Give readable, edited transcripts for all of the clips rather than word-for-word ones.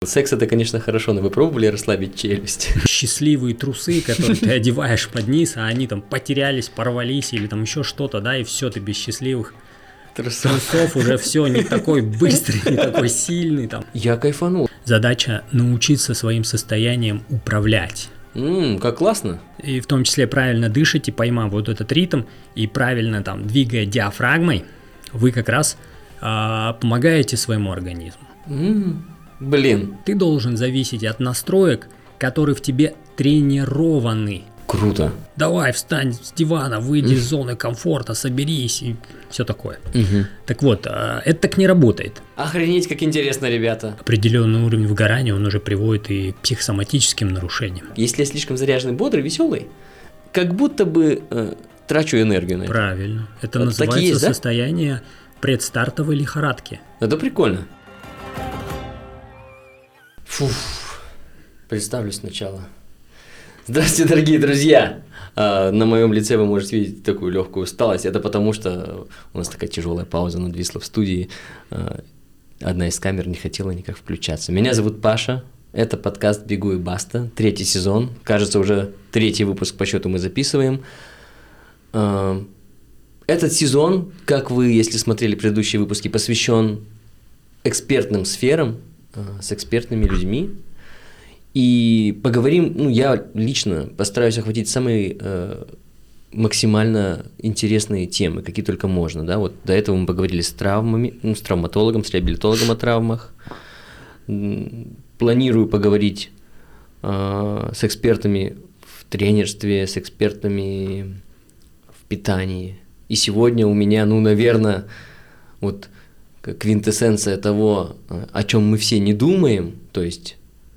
Секс это, конечно, хорошо, но вы пробовали расслабить челюсть? Счастливые трусы, которые ты одеваешь под низ, а они там потерялись, порвались или там еще что-то, да, и все, ты без счастливых трусов уже все не такой быстрый, не такой сильный там. Я кайфанул. Задача научиться своим состоянием управлять. Как классно. И в том числе правильно дышать и поймав вот этот ритм, и правильно там двигая диафрагмой, вы как раз помогаете своему организму. Блин. Ты должен зависеть от настроек, которые в тебе тренированы. Круто. Давай, встань с дивана, выйди из зоны комфорта, соберись и все такое. Так вот, это так не работает. Охренеть, как интересно, ребята. Определенный уровень выгорания, он уже приводит и к психосоматическим нарушениям. Если я слишком заряженный, бодрый, веселый, как будто бы трачу энергию на это. Правильно. Это Вот называется есть, да? состояние предстартовой лихорадки. Это прикольно. Представлю сначала. Здравствуйте, дорогие друзья! На моем лице вы можете видеть такую легкую усталость. Это потому, что у нас такая тяжелая пауза надвисла в студии. Одна из камер не хотела никак включаться. Меня зовут Паша. Это подкаст «Бегу и баста», 3-й сезон. Кажется, уже 3-й выпуск по счету мы записываем. Этот сезон, как вы, если смотрели предыдущие выпуски, посвящен экспертным сферам, с экспертными людьми. И поговорим, я лично постараюсь охватить самые максимально интересные темы, какие только можно. Да? Вот до этого мы поговорили с травмами, с травматологом, с реабилитологом о травмах. Планирую поговорить с экспертами в тренерстве, с экспертами в питании. И сегодня у меня, наверное, вот квинтэссенция того, о чем мы все не думаем, то есть,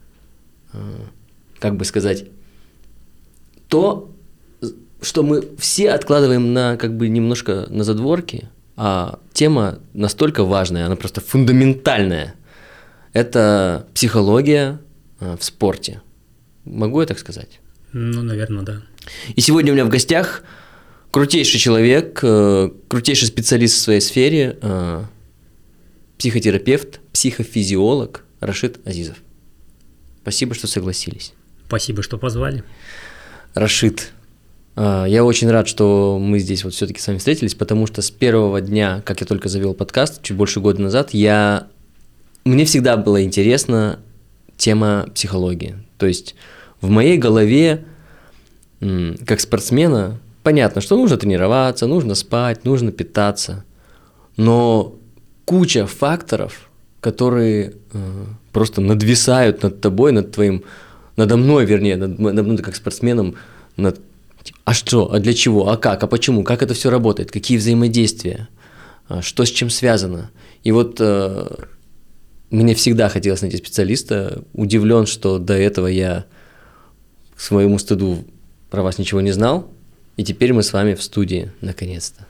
как бы сказать, то, что мы все откладываем немножко на задворки, а тема настолько важная, она просто фундаментальная. Это психология в спорте. Могу я так сказать? Наверное, да. И сегодня у меня в гостях крутейший человек, крутейший специалист в своей сфере, психотерапевт, психофизиолог Рашид Азизов. Спасибо, что согласились. Спасибо, что позвали. Рашид, я очень рад, что мы здесь вот все-таки с вами встретились, потому что с первого дня, как я только завел подкаст, чуть больше года назад, мне всегда была интересна тема психологии. То есть в моей голове, как спортсмена, понятно, что нужно тренироваться, нужно спать, нужно питаться, но куча факторов, которые просто надвисают над тобой, надо мной, надо мной как спортсменом, а что, а для чего, а как, а почему, как это все работает, какие взаимодействия, что с чем связано. И вот мне всегда хотелось найти специалиста, удивлен, что до этого я к своему стыду про вас ничего не знал, и теперь мы с вами в студии, наконец-то.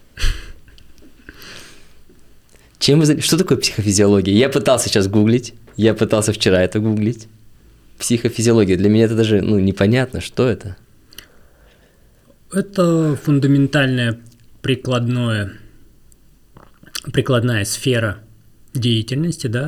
Что такое психофизиология? Я пытался сейчас гуглить, я пытался вчера это гуглить. Психофизиология, для меня это даже непонятно, что это. Это фундаментальная прикладная сфера деятельности, да.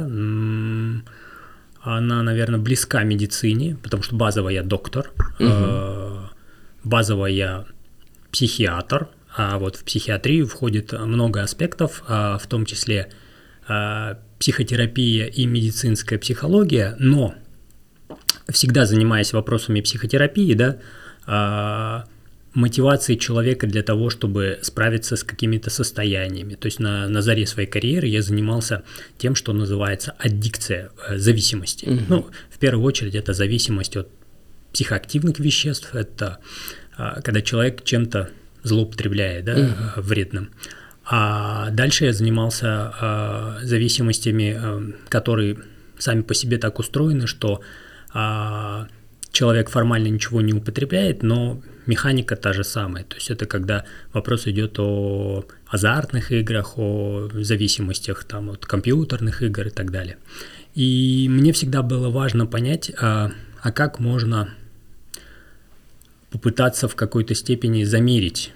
Она, наверное, близка медицине, потому что базово я доктор, базово я психиатр. А вот в психиатрию входит много аспектов, в том числе психотерапия и медицинская психология, но всегда занимаясь вопросами психотерапии, да, мотивацией человека для того, чтобы справиться с какими-то состояниями. То есть на заре своей карьеры я занимался тем, что называется аддикция, зависимости. В первую очередь это зависимость от психоактивных веществ, это когда человек чем-то злоупотребляет, да, вредным. А дальше я занимался зависимостями, которые сами по себе так устроены, что человек формально ничего не употребляет, но механика та же самая. То есть это когда вопрос идет о азартных играх, о зависимостях там, от компьютерных игр и так далее. И мне всегда было важно понять, как можно попытаться в какой-то степени замерить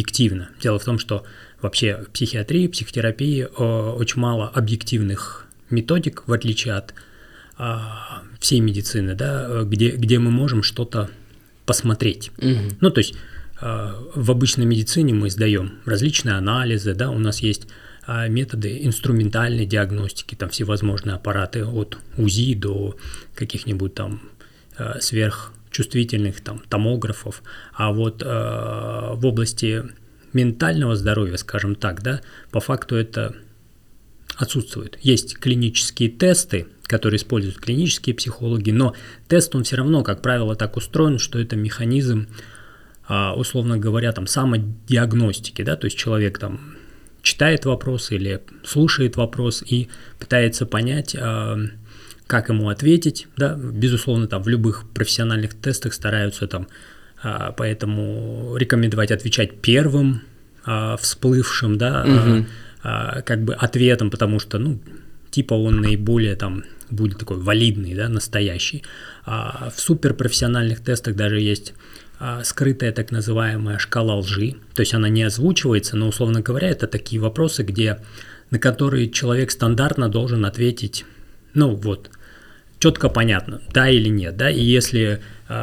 объективно. Дело в том, что вообще в психиатрии, психотерапии очень мало объективных методик, в отличие от всей медицины, да, где мы можем что-то посмотреть. Ну, то есть в обычной медицине мы сдаем различные анализы, да, у нас есть методы инструментальной диагностики, там всевозможные аппараты от УЗИ до каких-нибудь там сверхчувствительных там томографов, а вот в области ментального здоровья, скажем так, да, по факту это отсутствует. Есть клинические тесты, которые используют клинические психологи, но тест, он все равно, как правило, так устроен, что это механизм, условно говоря, там, самодиагностики, да, то есть человек там читает вопрос или слушает вопрос и пытается понять, как ему ответить, да, безусловно, там в любых профессиональных тестах стараются там, поэтому рекомендовать отвечать первым всплывшим, да, как бы ответом, потому что, ну, типа он наиболее там будет такой валидный, да, настоящий. В суперпрофессиональных тестах даже есть скрытая так называемая шкала лжи, то есть она не озвучивается, но, условно говоря, это такие вопросы, на которые человек стандартно должен ответить, ну вот, четко понятно, да или нет, да, и если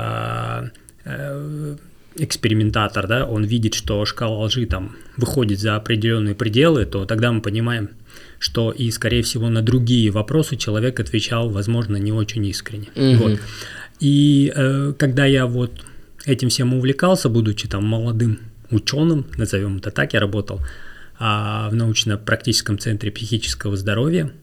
экспериментатор, да, он видит, что шкала лжи там выходит за определенные пределы, то тогда мы понимаем, что и, скорее всего, на другие вопросы человек отвечал, возможно, не очень искренне. Вот. И когда я вот этим всем увлекался, будучи там молодым ученым, назовем это так, я работал в научно-практическом центре психического здоровья,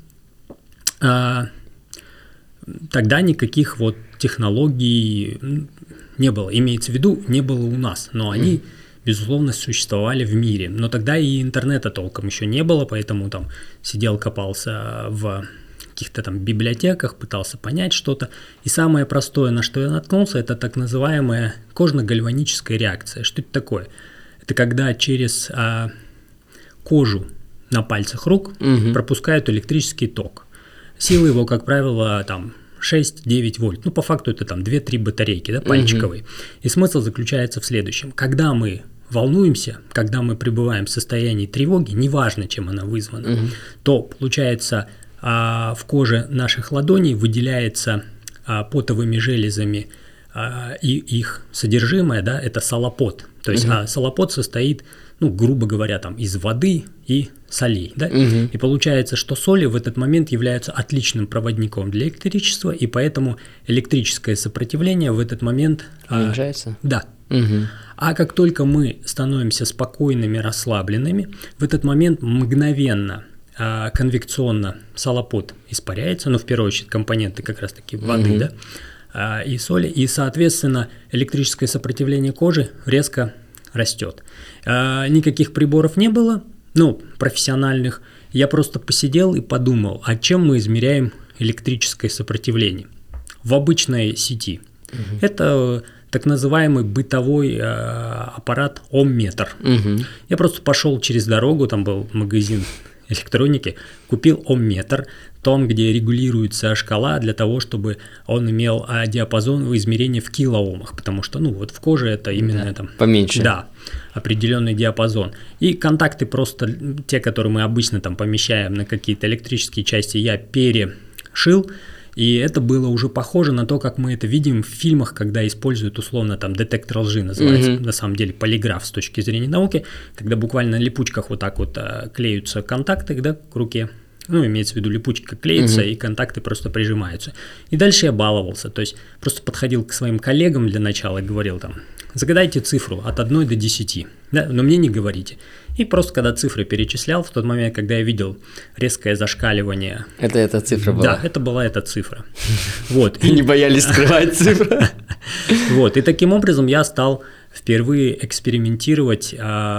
тогда никаких вот технологий не было, имеется в виду, не было у нас, но они, безусловно, существовали в мире. Но тогда и интернета толком еще не было, поэтому там сидел, копался в каких-то там библиотеках, пытался понять что-то. И самое простое, на что я наткнулся, это так называемая кожно-гальваническая реакция. Что это такое? Это когда через кожу на пальцах рук пропускают электрический ток. Сила его, как правило, там 6-9 вольт. Ну, по факту это там 2-3 батарейки, да, пальчиковые. И смысл заключается в следующем. Когда мы волнуемся, когда мы пребываем в состоянии тревоги, неважно, чем она вызвана, то, получается, в коже наших ладоней выделяется потовыми железами и их содержимое, да, это солапот. То есть солапот состоит, ну, грубо говоря, там, из воды и солей. Да? И получается, что соли в этот момент являются отличным проводником для электричества, и поэтому электрическое сопротивление в этот момент уменьшается? Да. А как только мы становимся спокойными, расслабленными, в этот момент мгновенно конвекционно солапот испаряется, ну, в первую очередь, компоненты как раз-таки воды, да, и соли, и, соответственно, электрическое сопротивление кожи резко растет. Никаких приборов не было, ну, профессиональных. Я просто посидел и подумал, а чем мы измеряем электрическое сопротивление в обычной сети. Это так называемый бытовой аппарат омметр. Я просто пошел через дорогу, там был магазин электроники, купил омметр, том, где регулируется шкала для того, чтобы он имел диапазон измерения в килоомах, потому что, ну, вот в коже это именно там поменьше. Да, определенный диапазон. И контакты просто те, которые мы обычно там помещаем на какие-то электрические части, я перешил. И это было уже похоже на то, как мы это видим в фильмах, когда используют условно там детектор лжи, называется на самом деле полиграф с точки зрения науки, когда буквально на липучках вот так вот клеются контакты, да, к руке. Ну, имеется в виду, липучка клеится, и контакты просто прижимаются. И дальше я баловался, то есть просто подходил к своим коллегам для начала и говорил там, загадайте цифру от 1 до 10, да, но мне не говорите. И просто когда цифры перечислял, в тот момент, когда я видел резкое зашкаливание... Это эта цифра была? Да, это была эта цифра. Вот. И не боялись скрывать цифру? Вот, и таким образом я стал впервые экспериментировать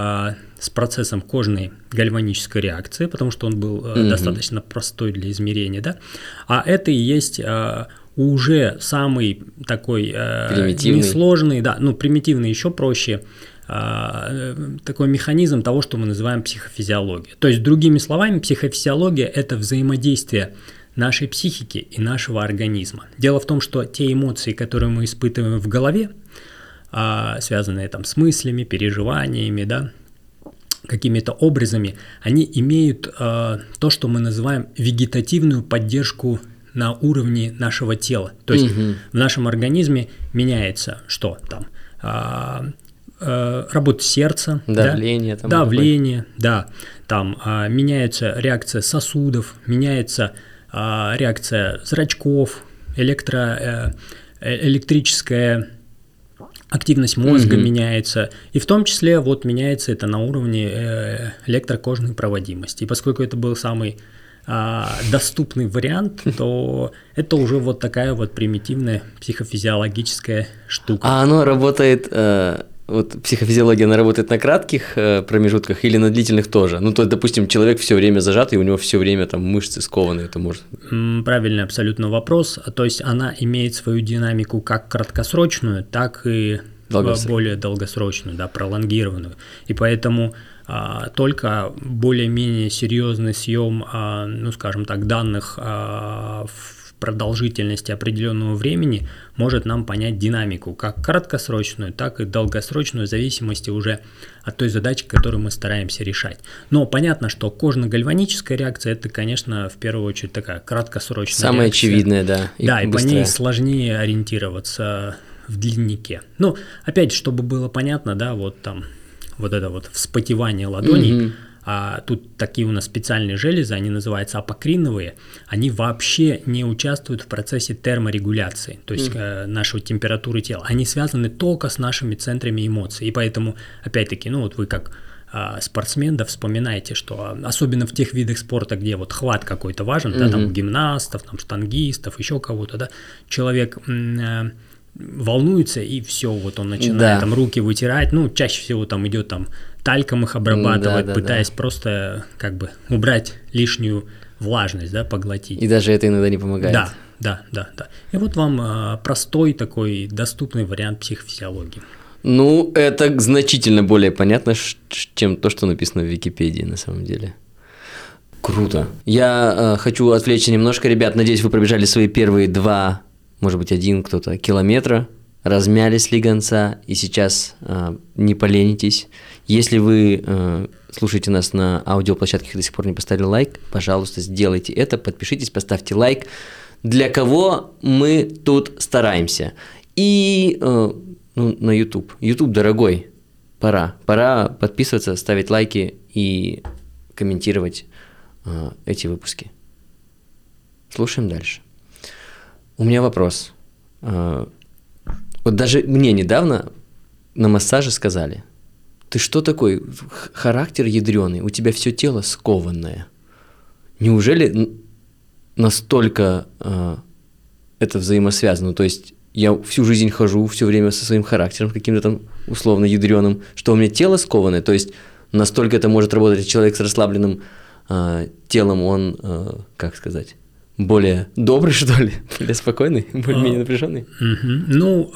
с процессом кожной гальванической реакции, потому что он был достаточно простой для измерения, да. А это и есть уже самый такой несложный, да, ну, примитивный еще проще, такой механизм того, что мы называем психофизиология. То есть, другими словами, психофизиология – это взаимодействие нашей психики и нашего организма. Дело в том, что те эмоции, которые мы испытываем в голове, связанные там с мыслями, переживаниями, да, какими-то образами, они имеют то, что мы называем вегетативную поддержку на уровне нашего тела. То есть в нашем организме меняется что там? Работа сердца, давление, да? Давление, да, там меняется реакция сосудов, меняется реакция зрачков, электрическая активность мозга меняется, и в том числе вот меняется это на уровне электрокожной проводимости. И поскольку это был самый доступный вариант, то это уже вот такая вот примитивная психофизиологическая штука. А оно работает, вот психофизиология, она работает на кратких промежутках или на длительных тоже? Ну, то есть, допустим, человек все время зажат, и у него все время там мышцы скованы, это может… Правильный абсолютно вопрос. То есть она имеет свою динамику как краткосрочную, так и более долгосрочную, да, пролонгированную. И поэтому только более-менее серьезный съем, ну, скажем так, данных в продолжительности определенного времени может нам понять динамику, как краткосрочную, так и долгосрочную, в зависимости уже от той задачи, которую мы стараемся решать. Но понятно, что кожно-гальваническая реакция – это, конечно, в первую очередь такая краткосрочная самая реакция. очевидная, да. И по ней сложнее ориентироваться в длиннике. Ну, опять, чтобы было понятно, да, вот там вот это вот вспотевание ладоней, а тут такие у нас специальные железы, они называются апокриновые, они вообще не участвуют в процессе терморегуляции, то есть нашей температуры тела. Они связаны только с нашими центрами эмоций. И поэтому, опять-таки, ну вот вы как спортсмен, да, вспоминаете, что особенно в тех видах спорта, где вот хват какой-то важен, да, там гимнастов, там штангистов, еще кого-то, да, человек волнуется, и все, вот он начинает там руки вытирать, ну, чаще всего там идет там тальком их обрабатывать, пытаясь просто как бы убрать лишнюю влажность, да, поглотить. И даже это иногда не помогает. Да. И вот вам простой такой доступный вариант психофизиологии. Ну, это значительно более понятно, чем то, что написано в Википедии на самом деле. Круто. Я хочу отвлечься немножко, ребят, надеюсь, вы пробежали свои первые 2, может быть, 1 кто-то километра, размяли слегонца и сейчас не поленитесь. Если вы слушаете нас на аудиоплощадках и до сих пор не поставили лайк, пожалуйста, сделайте это, подпишитесь, поставьте лайк. Для кого мы тут стараемся? И на YouTube. YouTube дорогой, пора подписываться, ставить лайки и комментировать эти выпуски. Слушаем дальше. У меня вопрос. Вот даже мне недавно на массаже сказали: ты что такой, характер ядреный, у тебя все тело скованное. Неужели настолько это взаимосвязано? То есть я всю жизнь хожу все время со своим характером, каким-то там условно ядреным, что у меня тело скованное, то есть настолько это может работать, если человек с расслабленным телом, он, как сказать, более добрый, что ли, более спокойный, более-менее напряженный? Ну,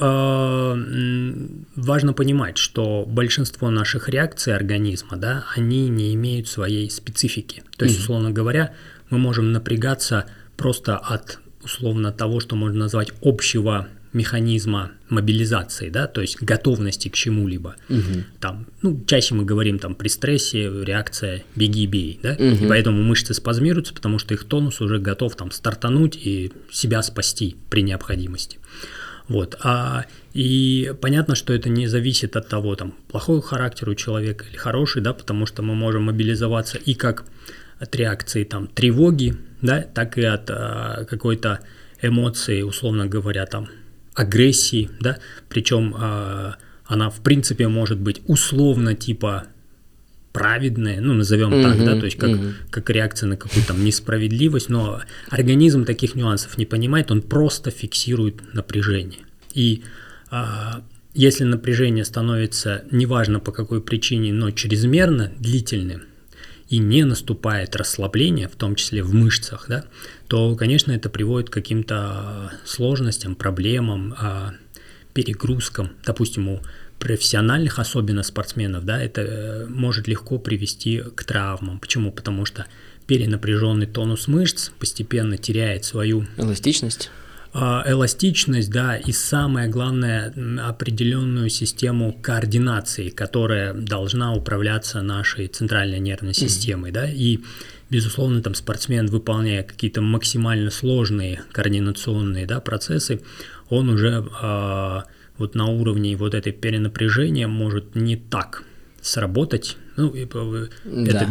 важно понимать, что большинство наших реакций организма, да, они не имеют своей специфики. То есть, условно говоря, мы можем напрягаться просто от, условно, того, что можно назвать общего механизма мобилизации, да, то есть готовности к чему-либо. Там, ну, чаще мы говорим там при стрессе реакция «беги-бей», да, и поэтому мышцы спазмируются, потому что их тонус уже готов там стартануть и себя спасти при необходимости. Вот. И понятно, что это не зависит от того, там, плохой характер у человека или хороший, да, потому что мы можем мобилизоваться и как от реакции там тревоги, да, так и от какой-то эмоции, условно говоря, там, агрессии, да, причем она в принципе может быть условно типа праведная, ну назовем так, да, то есть как реакция на какую-то там несправедливость, но организм таких нюансов не понимает, он просто фиксирует напряжение. И если напряжение становится, неважно по какой причине, но чрезмерно длительным, и не наступает расслабление, в том числе в мышцах, да, то, конечно, это приводит к каким-то сложностям, проблемам, перегрузкам. Допустим, у профессиональных, особенно спортсменов, да, это может легко привести к травмам. Почему? Потому что перенапряженный тонус мышц постепенно теряет свою эластичность. эластичность, да, и самое главное, определенную систему координации, которая должна управляться нашей центральной нервной системой, да, и, безусловно, там спортсмен, выполняя какие-то максимально сложные координационные, да, процессы, он уже вот на уровне вот этой перенапряжения может не так сработать, ну, это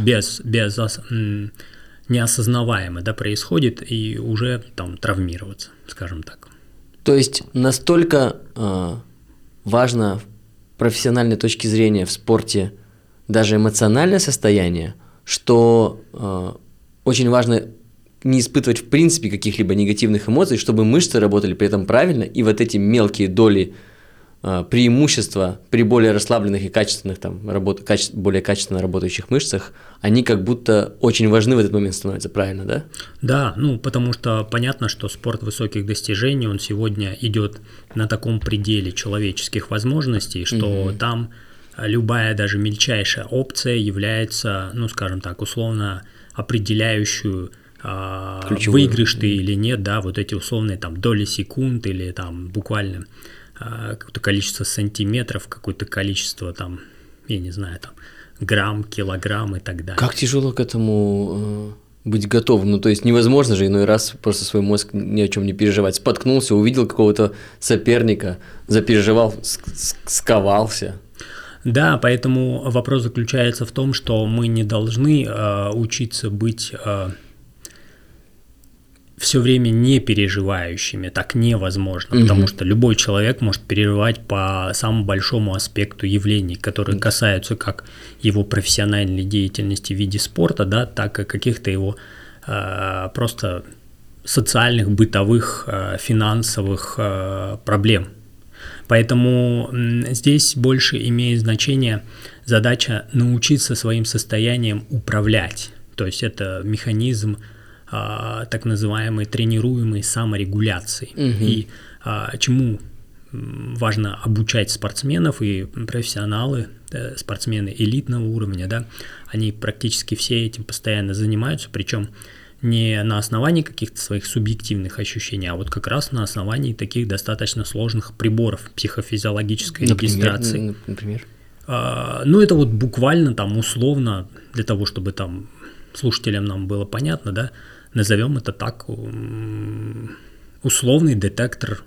неосознаваемо, да, происходит, и уже там травмироваться, скажем так. То есть настолько важно с профессиональной точки зрения в спорте даже эмоциональное состояние, что очень важно не испытывать в принципе каких-либо негативных эмоций, чтобы мышцы работали при этом правильно, и вот эти мелкие доли преимущества при более расслабленных и качественных, там, более качественно работающих мышцах, они как будто очень важны в этот момент становятся, правильно, да? Да, ну потому что понятно, что спорт высоких достижений, он сегодня идет на таком пределе человеческих возможностей, что там любая даже мельчайшая опция является, ну скажем так, условно определяющую, выигрыш ты или нет, да, вот эти условные там доли секунд или там буквально какое-то количество сантиметров, какое-то количество там, я не знаю, там грамм, килограмм и так далее. Как тяжело к этому быть готовым, ну то есть невозможно же иной раз просто свой мозг ни о чем не переживать. Споткнулся, увидел какого-то соперника, запереживал, сковался. Да, поэтому вопрос заключается в том, что мы не должны учиться быть все время не переживающими, так невозможно, потому что любой человек может переживать по самому большому аспекту явлений, которые касаются как его профессиональной деятельности в виде спорта, да, так и каких-то его просто социальных, бытовых, финансовых проблем. Поэтому здесь больше имеет значение задача научиться своим состоянием управлять, то есть это механизм так называемой тренируемой саморегуляции. И чему важно обучать спортсменов и профессионалы, спортсмены элитного уровня, да, они практически все этим постоянно занимаются, причем не на основании каких-то своих субъективных ощущений, а вот как раз на основании таких достаточно сложных приборов психофизиологической регистрации. Например? Ну, это вот буквально там условно, для того, чтобы там слушателям нам было понятно, да, назовем это так, условный детектор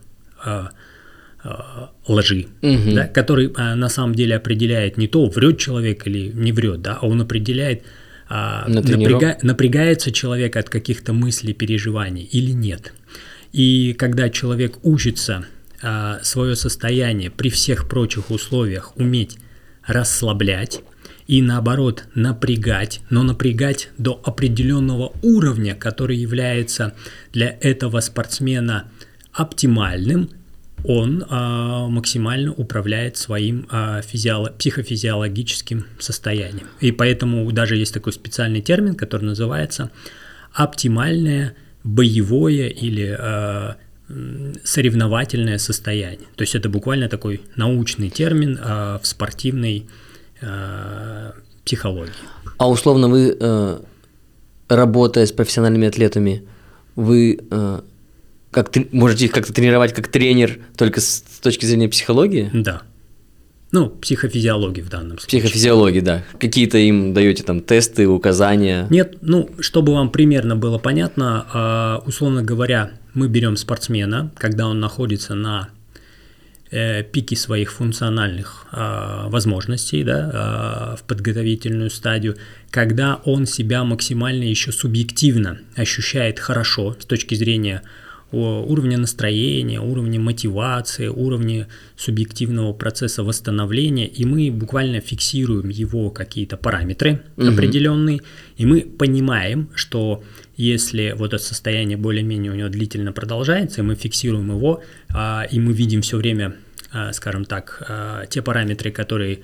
лжи, да, который на самом деле определяет не то, врет человек или не врет, да, а он определяет, напрягается человек от каких-то мыслей, переживаний или нет. И когда человек учится свое состояние при всех прочих условиях уметь расслаблять, и наоборот напрягать, но напрягать до определенного уровня, который является для этого спортсмена оптимальным, он максимально управляет своим психофизиологическим состоянием. И поэтому даже есть такой специальный термин, который называется оптимальное боевое или соревновательное состояние. То есть это буквально такой научный термин в спортивной психологии. А условно вы, работая с профессиональными атлетами, вы можете их как-то тренировать как тренер только с точки зрения психологии? Да. Ну, психофизиологии в данном случае. Психофизиологии, да. Какие-то им даете там тесты, указания? Нет, ну, чтобы вам примерно было понятно, условно говоря, мы берем спортсмена, когда он находится на пике своих функциональных возможностей, да, в подготовительную стадию, когда он себя максимально еще субъективно ощущает хорошо с точки зрения уровня настроения, уровня мотивации, уровня субъективного процесса восстановления, и мы буквально фиксируем его какие-то параметры определенные, и мы понимаем, что если вот это состояние более-менее у него длительно продолжается, и мы фиксируем его, и мы видим все время, скажем так, те параметры, которые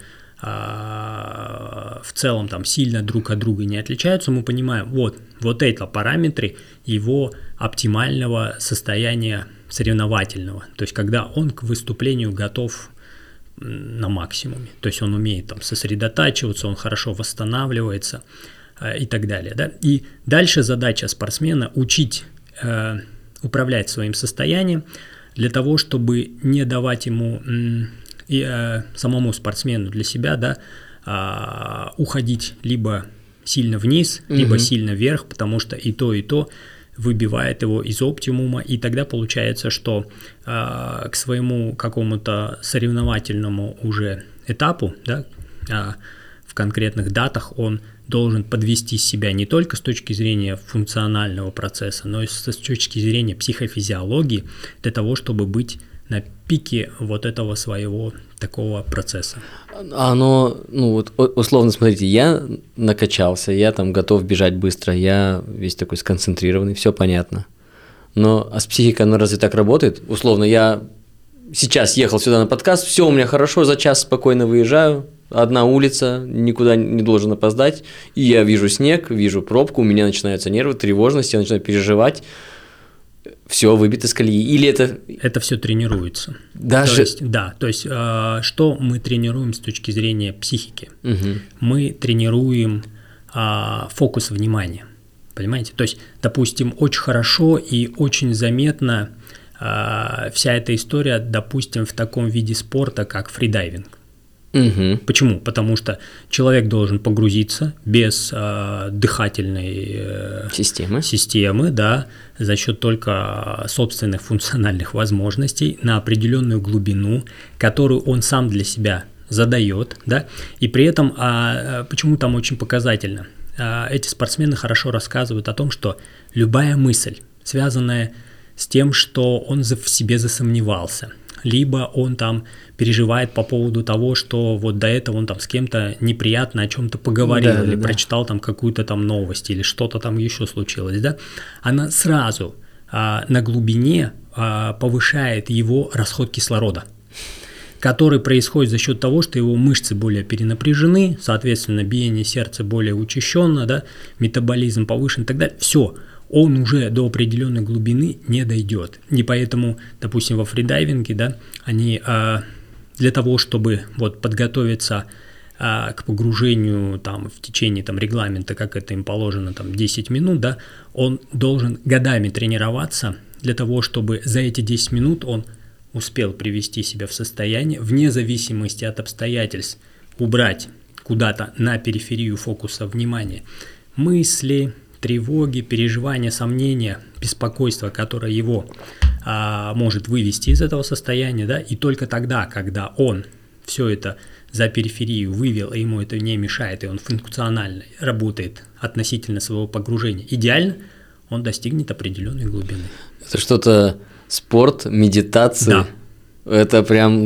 в целом там сильно друг от друга не отличаются, мы понимаем, вот это параметры его оптимального состояния соревновательного, то есть когда он к выступлению готов на максимуме, то есть он умеет там сосредотачиваться, он хорошо восстанавливается и так далее, да? И дальше задача спортсмена учить управлять своим состоянием для того, чтобы не давать ему самому спортсмену для себя, да, уходить либо сильно вниз, либо сильно вверх, потому что и то выбивает его из оптимума, и тогда получается, что к своему какому-то соревновательному уже этапу, да, в конкретных датах он должен подвести себя не только с точки зрения функционального процесса, но и с точки зрения психофизиологии для того, чтобы быть на пике вот этого своего такого процесса. Оно, ну вот условно, смотрите, я накачался, я там готов бежать быстро, я весь такой сконцентрированный, все понятно. Но с психикой оно разве так работает? Условно, я сейчас ехал сюда на подкаст, все у меня хорошо, за час спокойно выезжаю, одна улица, никуда не должен опоздать, и я вижу снег, вижу пробку, у меня начинаются нервы, тревожность, я начинаю переживать. Все выбито из колеи. Или это все тренируется. Даже... То есть, что мы тренируем с точки зрения психики? Угу. Мы тренируем фокус внимания. Понимаете? То есть, допустим, очень хорошо и очень заметно вся эта история, допустим, в таком виде спорта, как фридайвинг. Угу. Почему? Потому что человек должен погрузиться без дыхательной системы, да, за счет только собственных функциональных возможностей на определенную глубину, которую он сам для себя задает, да, и при этом, почему там очень показательно, эти спортсмены хорошо рассказывают о том, что любая мысль, связанная с тем, что он в себе засомневался, либо он там переживает по поводу того, что вот до этого он там с кем-то неприятно о чем-то поговорил, или прочитал там какую-то там новость, или что-то там еще случилось, да, она сразу на глубине повышает его расход кислорода, который происходит за счет того, что его мышцы более перенапряжены, соответственно, биение сердца более учащенно, да, метаболизм повышен и так далее. Все. Он уже до определенной глубины не дойдет. И поэтому, допустим, во фридайвинге, да, они для того, чтобы вот подготовиться к погружению там, в течение там, регламента, как это им положено, там, 10 минут, да, он должен годами тренироваться для того, чтобы за эти 10 минут он успел привести себя в состояние, вне зависимости от обстоятельств, убрать куда-то на периферию фокуса внимания мысли, тревоги, переживания, сомнения, беспокойство, которое его может вывести из этого состояния, да, и только тогда, когда он все это за периферию вывел, и ему это не мешает, и он функционально работает относительно своего погружения идеально, он достигнет определенной глубины. Это что-то спорт, медитация. Да. Это прям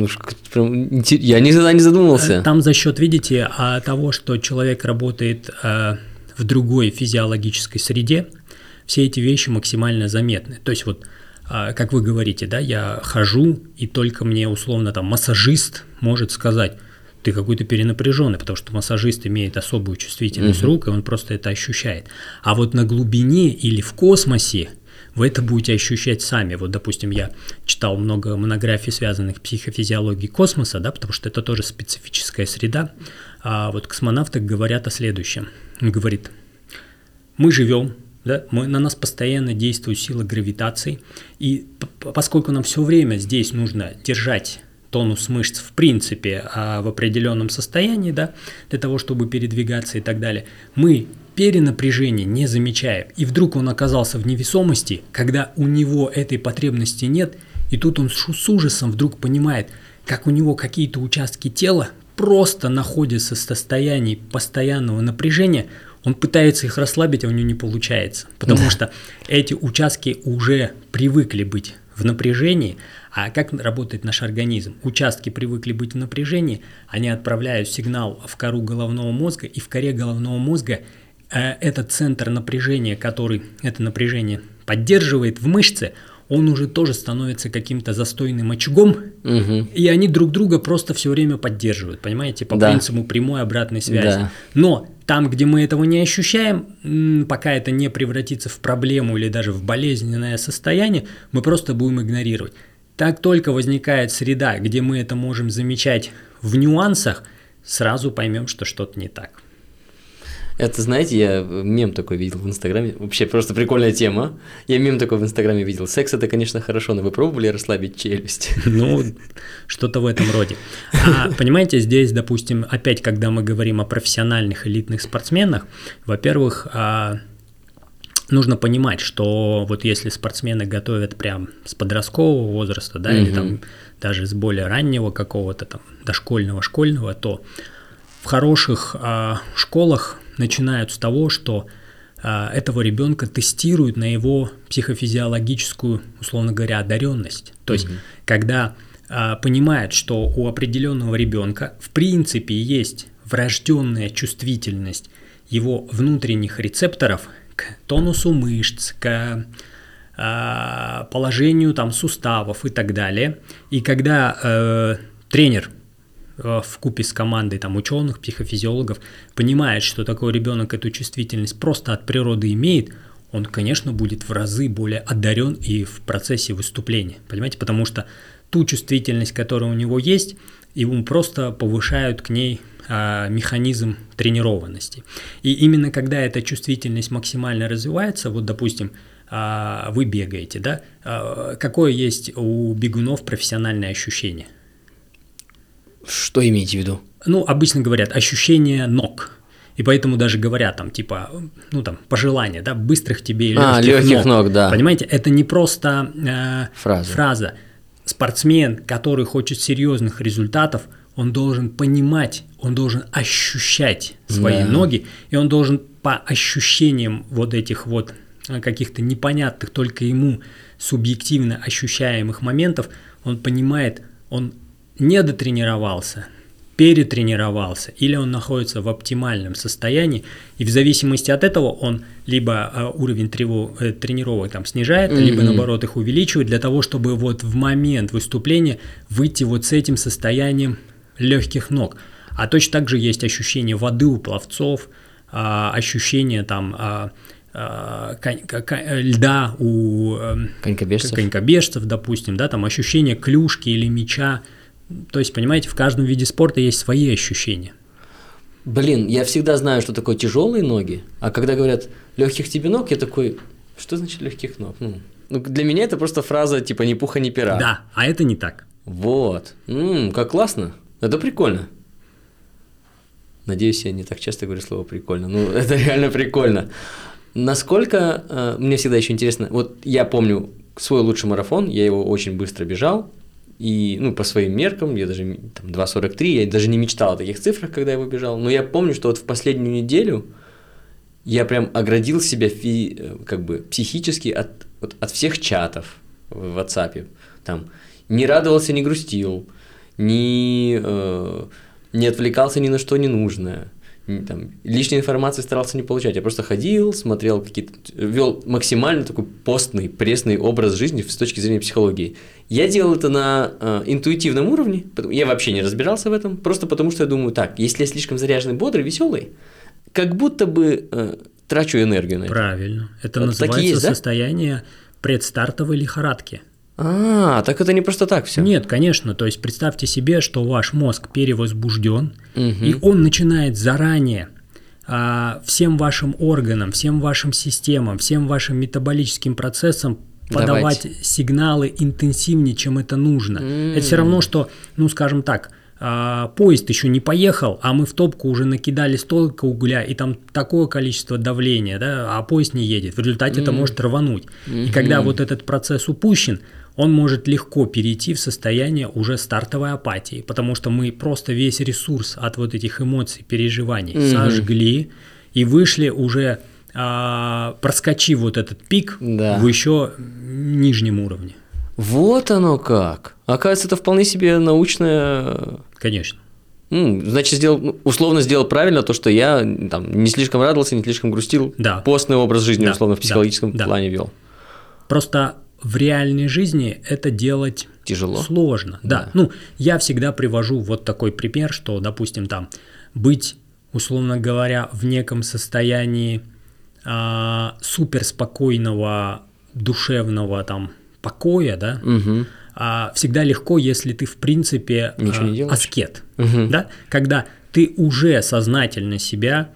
я никогда не задумывался. Там за счет, видите, того, что человек работает в другой физиологической среде, все эти вещи максимально заметны. То есть вот, как вы говорите, да, я хожу, и только мне условно там массажист может сказать, ты какой-то перенапряженный, потому что массажист имеет особую чувствительность рук, и он просто это ощущает. А вот на глубине или в космосе вы это будете ощущать сами. Вот, допустим, я читал много монографий, связанных с психофизиологией космоса, да, потому что это тоже специфическая среда. А вот космонавты говорят о следующем. Он говорит, мы живем, да, на нас постоянно действует сила гравитации, и поскольку нам все время здесь нужно держать тонус мышц в принципе в определенном состоянии, да, для того, чтобы передвигаться и так далее, мы перенапряжение не замечаем. И вдруг он оказался в невесомости, когда у него этой потребности нет, и тут он с ужасом вдруг понимает, как у него какие-то участки тела просто находятся в состоянии постоянного напряжения, он пытается их расслабить, а у него не получается, потому что эти участки уже привыкли быть в напряжении. А как работает наш организм? Участки привыкли быть в напряжении, они отправляют сигнал в кору головного мозга, и в коре головного мозга этот центр напряжения, который это напряжение поддерживает в мышце, он уже тоже становится каким-то застойным очагом, и они друг друга просто все время поддерживают, понимаете, по принципу прямой обратной связи. Да. Но там, где мы этого не ощущаем, пока это не превратится в проблему или даже в болезненное состояние, мы просто будем игнорировать. Так только возникает среда, где мы это можем замечать в нюансах, сразу поймем, что что-то не так. Это, знаете, я мем такой видел в Инстаграме. Вообще просто прикольная тема. Я мем такой в Инстаграме видел. Секс это, конечно, хорошо, но вы пробовали расслабить челюсть? Ну, что-то в этом роде. Понимаете, здесь, допустим, опять, когда мы говорим о профессиональных элитных спортсменах, во-первых, нужно понимать, что вот если спортсмены готовят прям с подросткового возраста, да, или там даже с более раннего какого-то там дошкольного, школьного, то в хороших школах начинают с того, что этого ребенка тестируют на его психофизиологическую, условно говоря, одаренность. То есть, когда понимают, что у определенного ребенка в принципе есть врожденная чувствительность его внутренних рецепторов к тонусу мышц, к положению там суставов и так далее. И когда тренер вкупе с командой там ученых, психофизиологов понимает, что такой ребенок эту чувствительность просто от природы имеет, он, конечно, будет в разы более одарен и в процессе выступления, понимаете, потому что ту чувствительность, которая у него есть, ему просто повышают к ней механизм тренированности. И именно когда эта чувствительность максимально развивается, вот, допустим, вы бегаете, да, какое есть у бегунов профессиональное ощущение? Что имеете в виду? Ну, обычно говорят ощущение ног. И поэтому даже говорят там, типа, ну там, пожелания, да, быстрых тебе легких ног, да. Понимаете, это не просто фраза. Спортсмен, который хочет серьезных результатов, он должен понимать, он должен ощущать свои ноги, и он должен по ощущениям вот этих вот каких-то непонятных, только ему субъективно ощущаемых моментов, он понимает, он не дотренировался, перетренировался, или он находится в оптимальном состоянии, и в зависимости от этого он либо уровень тренировок там снижает, либо наоборот их увеличивает, для того, чтобы вот в момент выступления выйти вот с этим состоянием легких ног. А точно так же есть ощущение воды у пловцов, ощущение там льда у конькобежцев, допустим, да, там ощущение клюшки или мяча. То есть, понимаете, в каждом виде спорта есть свои ощущения. Блин, я всегда знаю, что такое тяжелые ноги, а когда говорят легких тебе ног, я такой, что значит легких ног? Ну, для меня это просто фраза типа ни пуха, ни пера. Да, а это не так. Вот, как классно, это прикольно. Надеюсь, я не так часто говорю слово прикольно, ну это реально прикольно. Насколько, мне всегда еще интересно, вот я помню свой лучший марафон, я его очень быстро бежал. И, по своим меркам, я даже там 2:43, я даже не мечтал о таких цифрах, когда я выбежал, но я помню, что вот в последнюю неделю я прям оградил себя как бы психически от всех чатов в WhatsApp, там, не радовался, не грустил, не отвлекался ни на что ненужное, там, лишней информации старался не получать, я просто ходил, смотрел вел максимально такой постный, пресный образ жизни с точки зрения психологии. Я делал это на интуитивном уровне, я вообще не разбирался в этом, просто потому что я думаю, так, если я слишком заряженный, бодрый, веселый, как будто бы трачу энергию на это. Правильно, это вот называется есть, да? Состояние предстартовой лихорадки. Так это не просто так все. Нет, конечно, то есть представьте себе, что ваш мозг перевозбужден, и он начинает заранее всем вашим органам, всем вашим системам, всем вашим метаболическим процессам подавать сигналы интенсивнее, чем это нужно. Это все равно, что, скажем так, поезд еще не поехал, а мы в топку уже накидали столько угля, и там такое количество давления, да, а поезд не едет. В результате это может рвануть. И когда вот этот процесс упущен, он может легко перейти в состояние уже стартовой апатии, потому что мы просто весь ресурс от вот этих эмоций, переживаний сожгли и вышли уже, проскочив вот этот пик в еще нижнем уровне. Вот оно как. Оказывается, это вполне себе научное... Конечно. Значит, условно сделал правильно то, что я там не слишком радовался, не слишком грустил. Да. Постный образ жизни, условно, в психологическом плане вел. Просто в реальной жизни это делать тяжело. Сложно. Да. Я всегда привожу вот такой пример, что, допустим, там быть, условно говоря, в неком состоянии суперспокойного, душевного там покоя, да, всегда легко, если ты, в принципе, аскет, да, когда ты уже сознательно себя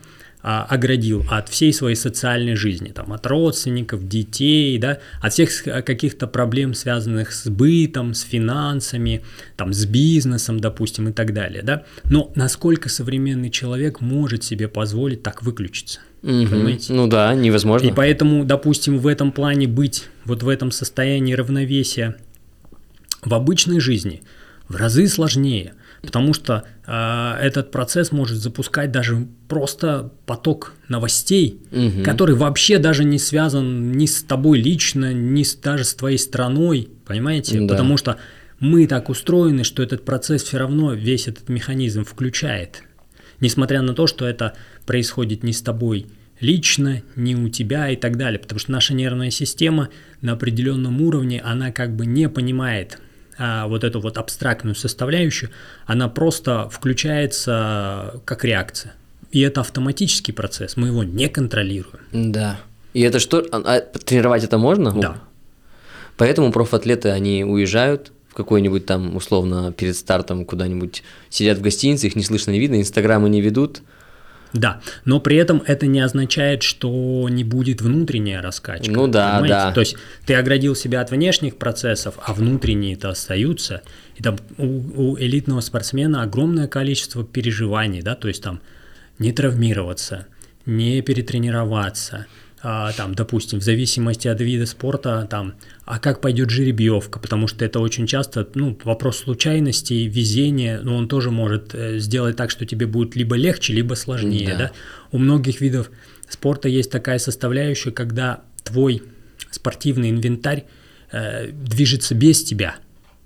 оградил от всей своей социальной жизни, там, от родственников, детей, да, от всех каких-то проблем, связанных с бытом, с финансами, там, с бизнесом, допустим, и так далее, да. Но насколько современный человек может себе позволить так выключиться? Понимаете? Ну да, невозможно. И поэтому, допустим, в этом плане быть вот в этом состоянии равновесия в обычной жизни в разы сложнее, потому что этот процесс может запускать даже просто поток новостей, который вообще даже не связан ни с тобой лично, ни даже с твоей страной, понимаете? Да. Потому что мы так устроены, что этот процесс все равно весь этот механизм включает, несмотря на то, что это происходит не с тобой лично, не у тебя и так далее, потому что наша нервная система на определенном уровне, она как бы не понимает вот эту вот абстрактную составляющую, она просто включается как реакция. И это автоматический процесс, мы его не контролируем. Да. И это что? Тренировать это можно? Да. Поэтому профатлеты, они уезжают в какой-нибудь там, условно, перед стартом куда-нибудь, сидят в гостинице, их не слышно, не видно, инстаграмы не ведут. Да, но при этом это не означает, что не будет внутренняя раскачка. Ну да, понимаете? да. То есть ты оградил себя от внешних процессов, а внутренние-то остаются. И там у элитного спортсмена огромное количество переживаний, да, то есть там не травмироваться, не перетренироваться, там, допустим, в зависимости от вида спорта, там, а как пойдет жеребьевка, потому что это очень часто, вопрос случайности, везения, но он тоже может сделать так, что тебе будет либо легче, либо сложнее, да. У многих видов спорта есть такая составляющая, когда твой спортивный инвентарь движется без тебя,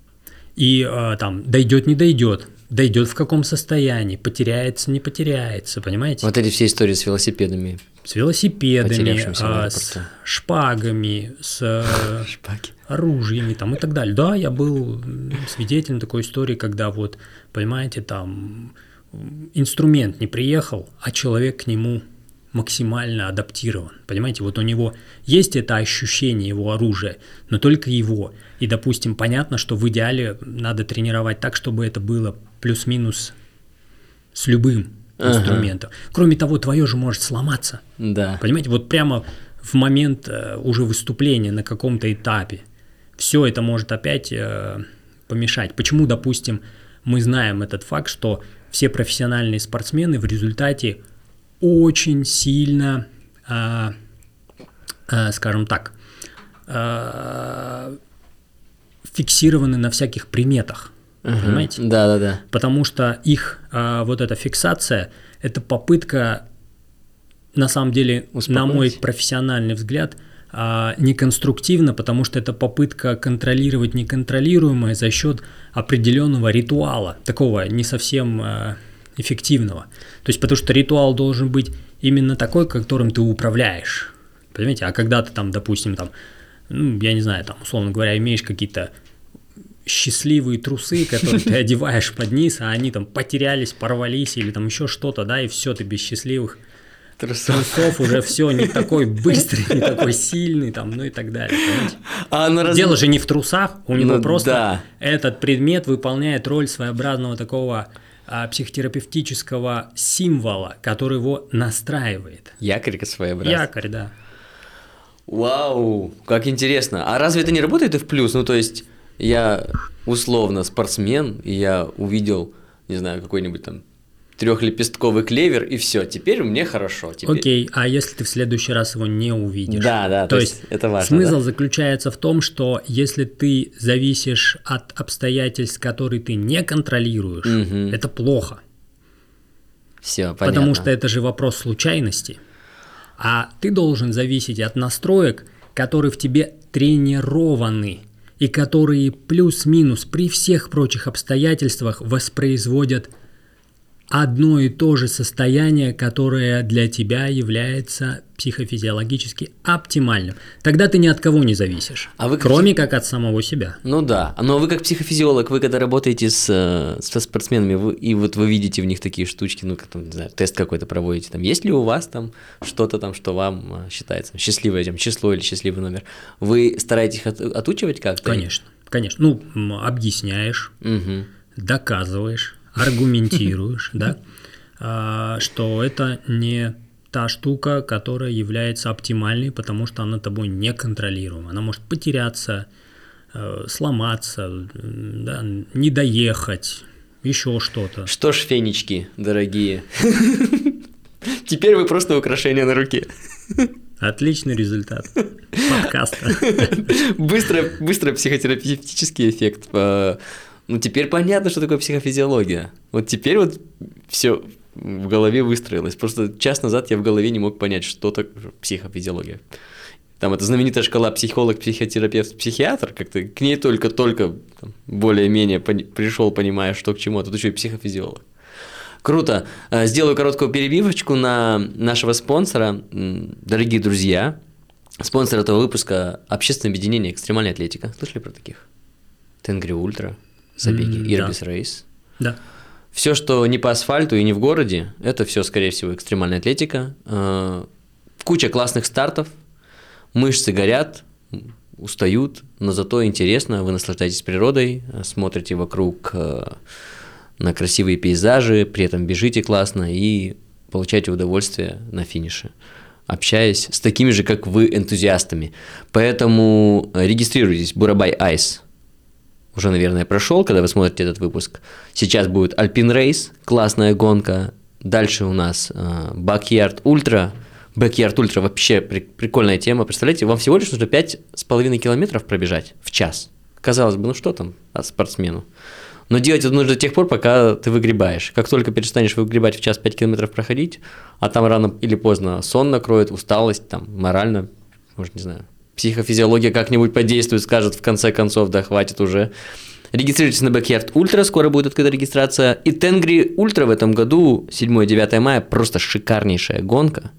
и там дойдет, не дойдет, дойдет в каком состоянии, потеряется, не потеряется, понимаете? Вот эти все истории с велосипедами. С велосипедами, с шпагами, с оружиями там, и так далее. Да, я был свидетелем такой истории, когда вот, понимаете, там инструмент не приехал, а человек к нему максимально адаптирован. Понимаете, вот у него есть это ощущение его оружия, но только его. И, допустим, понятно, что в идеале надо тренировать так, чтобы это было плюс-минус с любым инструментом. Кроме того, твое же может сломаться. Да. Понимаете, вот прямо в момент уже выступления на каком-то этапе все это может опять помешать. Почему, допустим, мы знаем этот факт, что все профессиональные спортсмены в результате очень сильно, скажем так, фиксированы на всяких приметах. Понимаете? Да. Потому что их вот эта фиксация – это попытка, на самом деле, на мой профессиональный взгляд, неконструктивно, потому что это попытка контролировать неконтролируемое за счет определенного ритуала, такого не совсем эффективного. То есть, потому что ритуал должен быть именно такой, которым ты управляешь. Понимаете? А когда ты там, допустим, там, я не знаю, там, условно говоря, имеешь какие-то счастливые трусы, которые ты одеваешь под низ, а они там потерялись, порвались или там еще что-то, да, и все, ты без счастливых трусов уже все не такой быстрый, не такой сильный, там, и так далее. Дело же не в трусах, у него просто этот предмет выполняет роль своеобразного такого психотерапевтического символа, который его настраивает. Якорь своеобразный. Якорь, да. Вау, как интересно. А разве это не работает и в плюс? То есть я условно спортсмен, и я увидел, не знаю, какой-нибудь там трехлепестковый клевер, и все, теперь мне хорошо. Окей, а если ты в следующий раз его не увидишь? Да, то есть это важно. Смысл заключается в том, что если ты зависишь от обстоятельств, которые ты не контролируешь, это плохо. Все, понятно. Потому что это же вопрос случайности. А ты должен зависеть от настроек, которые в тебе тренированы, и которые плюс-минус при всех прочих обстоятельствах воспроизводят одно и то же состояние, которое для тебя является психофизиологически оптимальным. Тогда ты ни от кого не зависишь, кроме как от самого себя. Ну да, но вы как психофизиолог, вы когда работаете со спортсменами, и вот вы видите в них такие штучки, как там, не знаю, тест какой-то проводите, там, есть ли у вас там что-то там, что вам считается счастливое число или счастливый номер, вы стараетесь их отучивать как-то? Конечно. Объясняешь, доказываешь, аргументируешь, да, что это не та штука, которая является оптимальной, потому что она тобой неконтролируема. Она может потеряться, сломаться, да, не доехать, еще что-то. Что ж, фенечки, дорогие, теперь вы просто украшение на руке. Отличный результат подкаста. Быстро психотерапевтический эффект. Ну, теперь понятно, что такое психофизиология. Вот теперь вот все в голове выстроилось. Просто час назад я в голове не мог понять, что такое психофизиология. Там эта знаменитая шкала психолог, психотерапевт, психиатр, как-то к ней только более-менее пришел, понимая, что к чему. А тут еще и психофизиолог. Круто. Сделаю короткую перебивочку на нашего спонсора. Дорогие друзья, спонсор этого выпуска – общественное объединение «Экстремальная атлетика». Слышали про таких? Тенгри Ультра, забеги, Ирбис Рейс. Да. Все, что не по асфальту и не в городе, это все, скорее всего, экстремальная атлетика. Куча классных стартов, мышцы горят, устают, но зато интересно, вы наслаждаетесь природой, смотрите вокруг на красивые пейзажи, при этом бежите классно и получаете удовольствие на финише, общаясь с такими же, как вы, энтузиастами. Поэтому регистрируйтесь, Бурабай Айс. Уже, наверное, прошел, когда вы смотрите этот выпуск. Сейчас будет Alpine Race, классная гонка. Дальше у нас Backyard Ultra. Backyard Ultra вообще прикольная тема. Представляете, вам всего лишь нужно 5,5 километров пробежать в час. Казалось бы, ну что там спортсмену? Но делать это нужно до тех пор, пока ты выгребаешь. Как только перестанешь выгребать в час 5 километров проходить, а там рано или поздно сон накроет, усталость, там, морально, может, не знаю, психофизиология как-нибудь подействует, скажет в конце концов, да, хватит уже. Регистрируйтесь на Backyard Ultra, скоро будет открыта регистрация. И Тенгри Ультра в этом году, 7-9 мая, просто шикарнейшая гонка.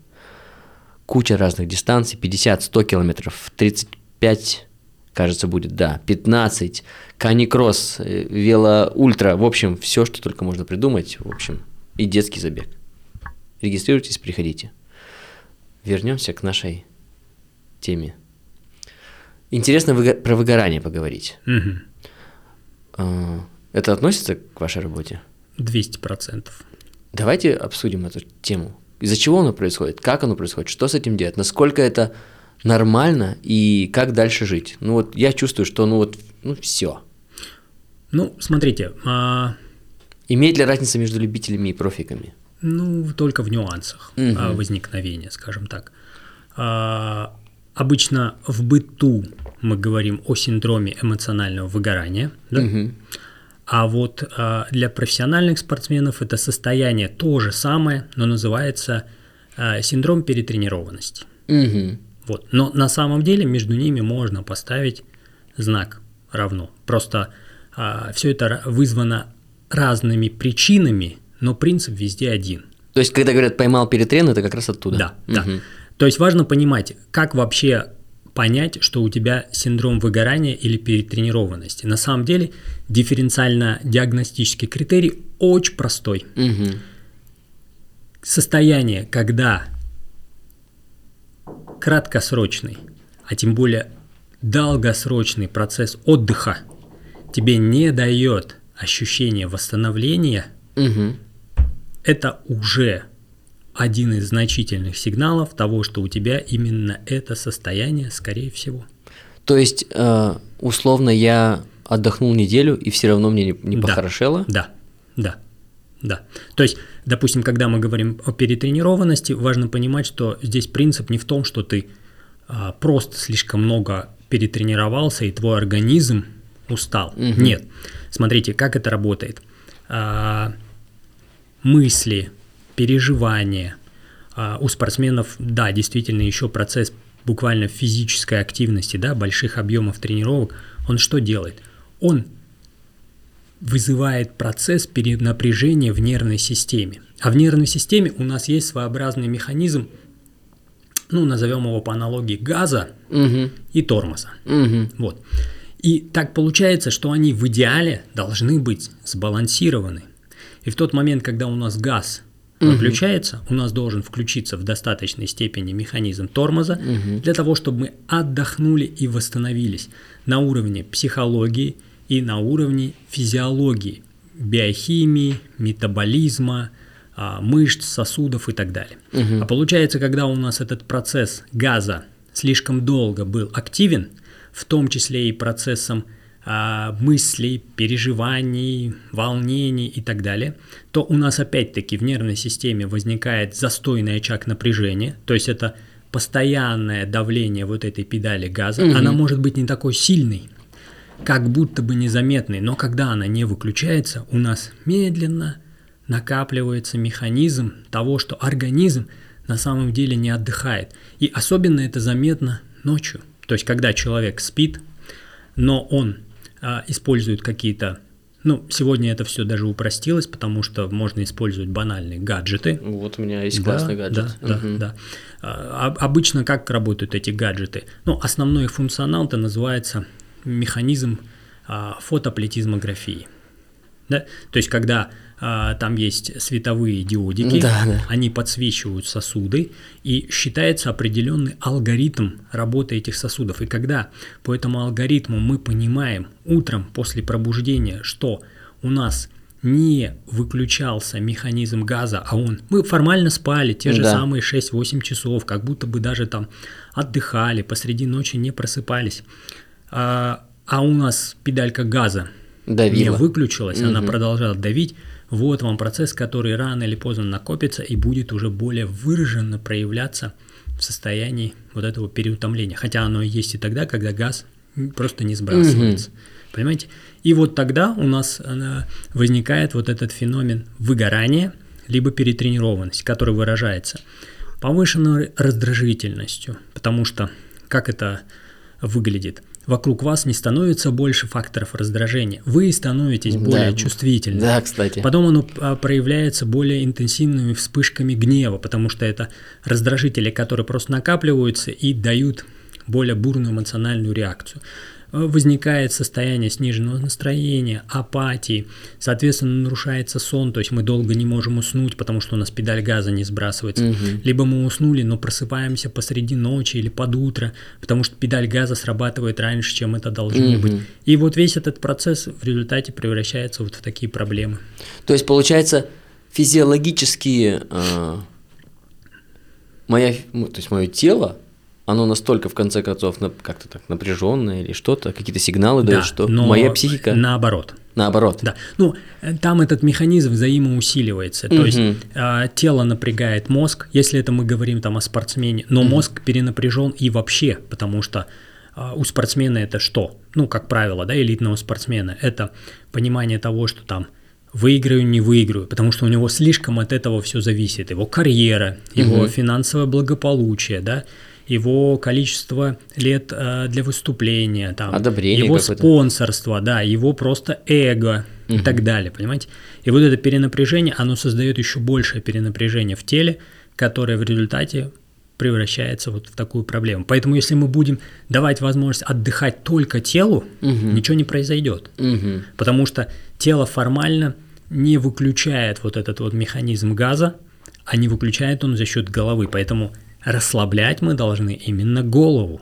Куча разных дистанций, 50-100 километров, 35, кажется, будет, да, 15, каникросс, вело-ультра, в общем, все, что только можно придумать, в общем, и детский забег. Регистрируйтесь, приходите. Вернемся к нашей теме. Интересно про выгорание поговорить. Угу. Это относится к вашей работе? 200%. Давайте обсудим эту тему. Из-за чего оно происходит, как оно происходит, что с этим делать, насколько это нормально и как дальше жить. Ну вот я чувствую, что все. Ну, смотрите. Имеет ли разница между любителями и профиками? Ну, только в нюансах возникновения, скажем так. Обычно в быту мы говорим о синдроме эмоционального выгорания, да? А вот для профессиональных спортсменов это состояние то же самое, но называется синдром перетренированности. Вот. Но на самом деле между ними можно поставить знак равно. Просто все это вызвано разными причинами, но принцип везде один. То есть, когда говорят «поймал перетрен», это как раз оттуда? Да, да. То есть важно понимать, как вообще понять, что у тебя синдром выгорания или перетренированности. На самом деле дифференциально-диагностический критерий очень простой. Состояние, когда краткосрочный, а тем более долгосрочный процесс отдыха тебе не дает ощущения восстановления, это уже один из значительных сигналов того, что у тебя именно это состояние, скорее всего. То есть, условно, я отдохнул неделю, и все равно мне не похорошело? Да. То есть, допустим, когда мы говорим о перетренированности, важно понимать, что здесь принцип не в том, что ты просто слишком много перетренировался, и твой организм устал. Нет. Смотрите, как это работает. Мысли, переживания. У спортсменов, да, действительно, еще процесс буквально физической активности, да, больших объемов тренировок, он что делает? Он вызывает процесс перенапряжения в нервной системе. А в нервной системе у нас есть своеобразный механизм, ну, назовем его по аналогии газа и тормоза. Вот. И так получается, что они в идеале должны быть сбалансированы. И в тот момент, когда у нас газ выключается, у нас должен включиться в достаточной степени механизм тормоза для того, чтобы мы отдохнули и восстановились на уровне психологии и на уровне физиологии, биохимии, метаболизма, мышц, сосудов и так далее. А получается, когда у нас этот процесс газа слишком долго был активен, в том числе и процессом мыслей, переживаний, волнений и так далее, то у нас опять-таки в нервной системе возникает застойный очаг напряжения, то есть это постоянное давление вот этой педали газа, она может быть не такой сильной, как будто бы незаметной, но когда она не выключается, у нас медленно накапливается механизм того, что организм на самом деле не отдыхает. И особенно это заметно ночью. То есть когда человек спит, но он использует какие-то, сегодня это все даже упростилось, потому что можно использовать банальные гаджеты. Вот у меня есть классный гаджет. Да. Обычно как работают эти гаджеты? Основной их функционал-то называется механизм фотоплетизмографии. Да? То есть когда там есть световые диодики, они подсвечивают сосуды, и считается определенный алгоритм работы этих сосудов. И когда по этому алгоритму мы понимаем утром после пробуждения, что у нас не выключался механизм газа, мы формально спали те же самые 6-8 часов, как будто бы даже там отдыхали, посреди ночи не просыпались, а у нас педалька газа не выключилась, она продолжала давить. Вот вам процесс, который рано или поздно накопится и будет уже более выраженно проявляться в состоянии вот этого переутомления. Хотя оно и есть и тогда, когда газ просто не сбрасывается. Понимаете? И вот тогда у нас возникает вот этот феномен выгорания, либо перетренированность, который выражается повышенной раздражительностью. Потому что как это выглядит? Вокруг вас не становится больше факторов раздражения. Вы становитесь более чувствительны. Да, кстати. Потом оно проявляется более интенсивными вспышками гнева, потому что это раздражители, которые просто накапливаются и дают более бурную эмоциональную реакцию. Возникает состояние сниженного настроения, апатии, соответственно, нарушается сон, то есть мы долго не можем уснуть, потому что у нас педаль газа не сбрасывается. Либо мы уснули, но просыпаемся посреди ночи или под утро, потому что педаль газа срабатывает раньше, чем это должно быть. И вот весь этот процесс в результате превращается вот в такие проблемы. То есть, получается, физиологически мое тело, оно настолько, в конце концов, как-то так напряженное или что-то, какие-то сигналы дает, что моя психика… Наоборот. Да. Там этот механизм взаимоусиливается. То есть тело напрягает мозг, если это мы говорим там о спортсмене, но мозг перенапряжен и вообще, потому что у спортсмена это что? Как правило, элитного спортсмена, это понимание того, что там выиграю, не выиграю, потому что у него слишком от этого все зависит. Его карьера, его финансовое благополучие, его количество лет для выступления, одобрение его спонсорство, его просто эго и так далее, понимаете? И вот это перенапряжение, оно создает еще большее перенапряжение в теле, которое в результате превращается вот в такую проблему. Поэтому если мы будем давать возможность отдыхать только телу, ничего не произойдет, потому что тело формально не выключает вот этот вот механизм газа, а не выключает он за счет головы, поэтому расслаблять мы должны именно голову,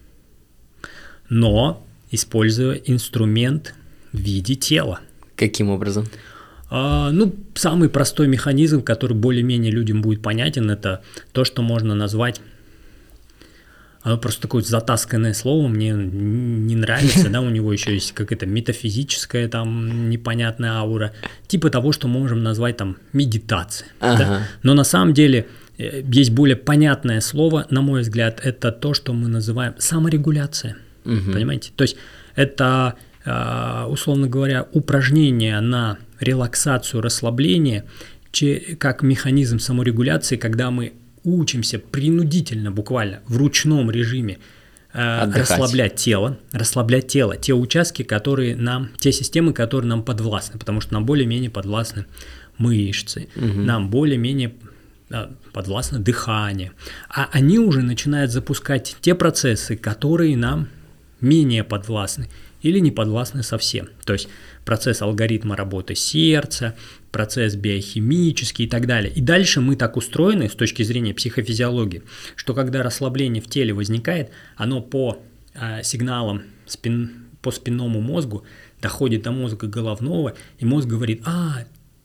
но используя инструмент в виде тела. Каким образом? Самый простой механизм, который более-менее людям будет понятен, это то, что можно назвать, оно просто такое затасканное слово, мне не нравится, у него еще есть какая-то метафизическая там непонятная аура, типа того, что можем назвать там медитация. Но на самом деле есть более понятное слово, на мой взгляд, это то, что мы называем саморегуляция. Понимаете? То есть это, условно говоря, упражнение на релаксацию, расслабление, как механизм саморегуляции, когда мы учимся принудительно, буквально в ручном режиме расслаблять тело, те участки, те системы, которые нам подвластны, потому что нам более-менее подвластны мышцы, нам более-менее подвластно дыхание, а они уже начинают запускать те процессы, которые нам менее подвластны или не подвластны совсем. То есть процесс алгоритма работы сердца, процесс биохимический и так далее. И дальше мы так устроены с точки зрения психофизиологии, что когда расслабление в теле возникает, оно по сигналам по спинному мозгу доходит до мозга головного, и мозг говорит: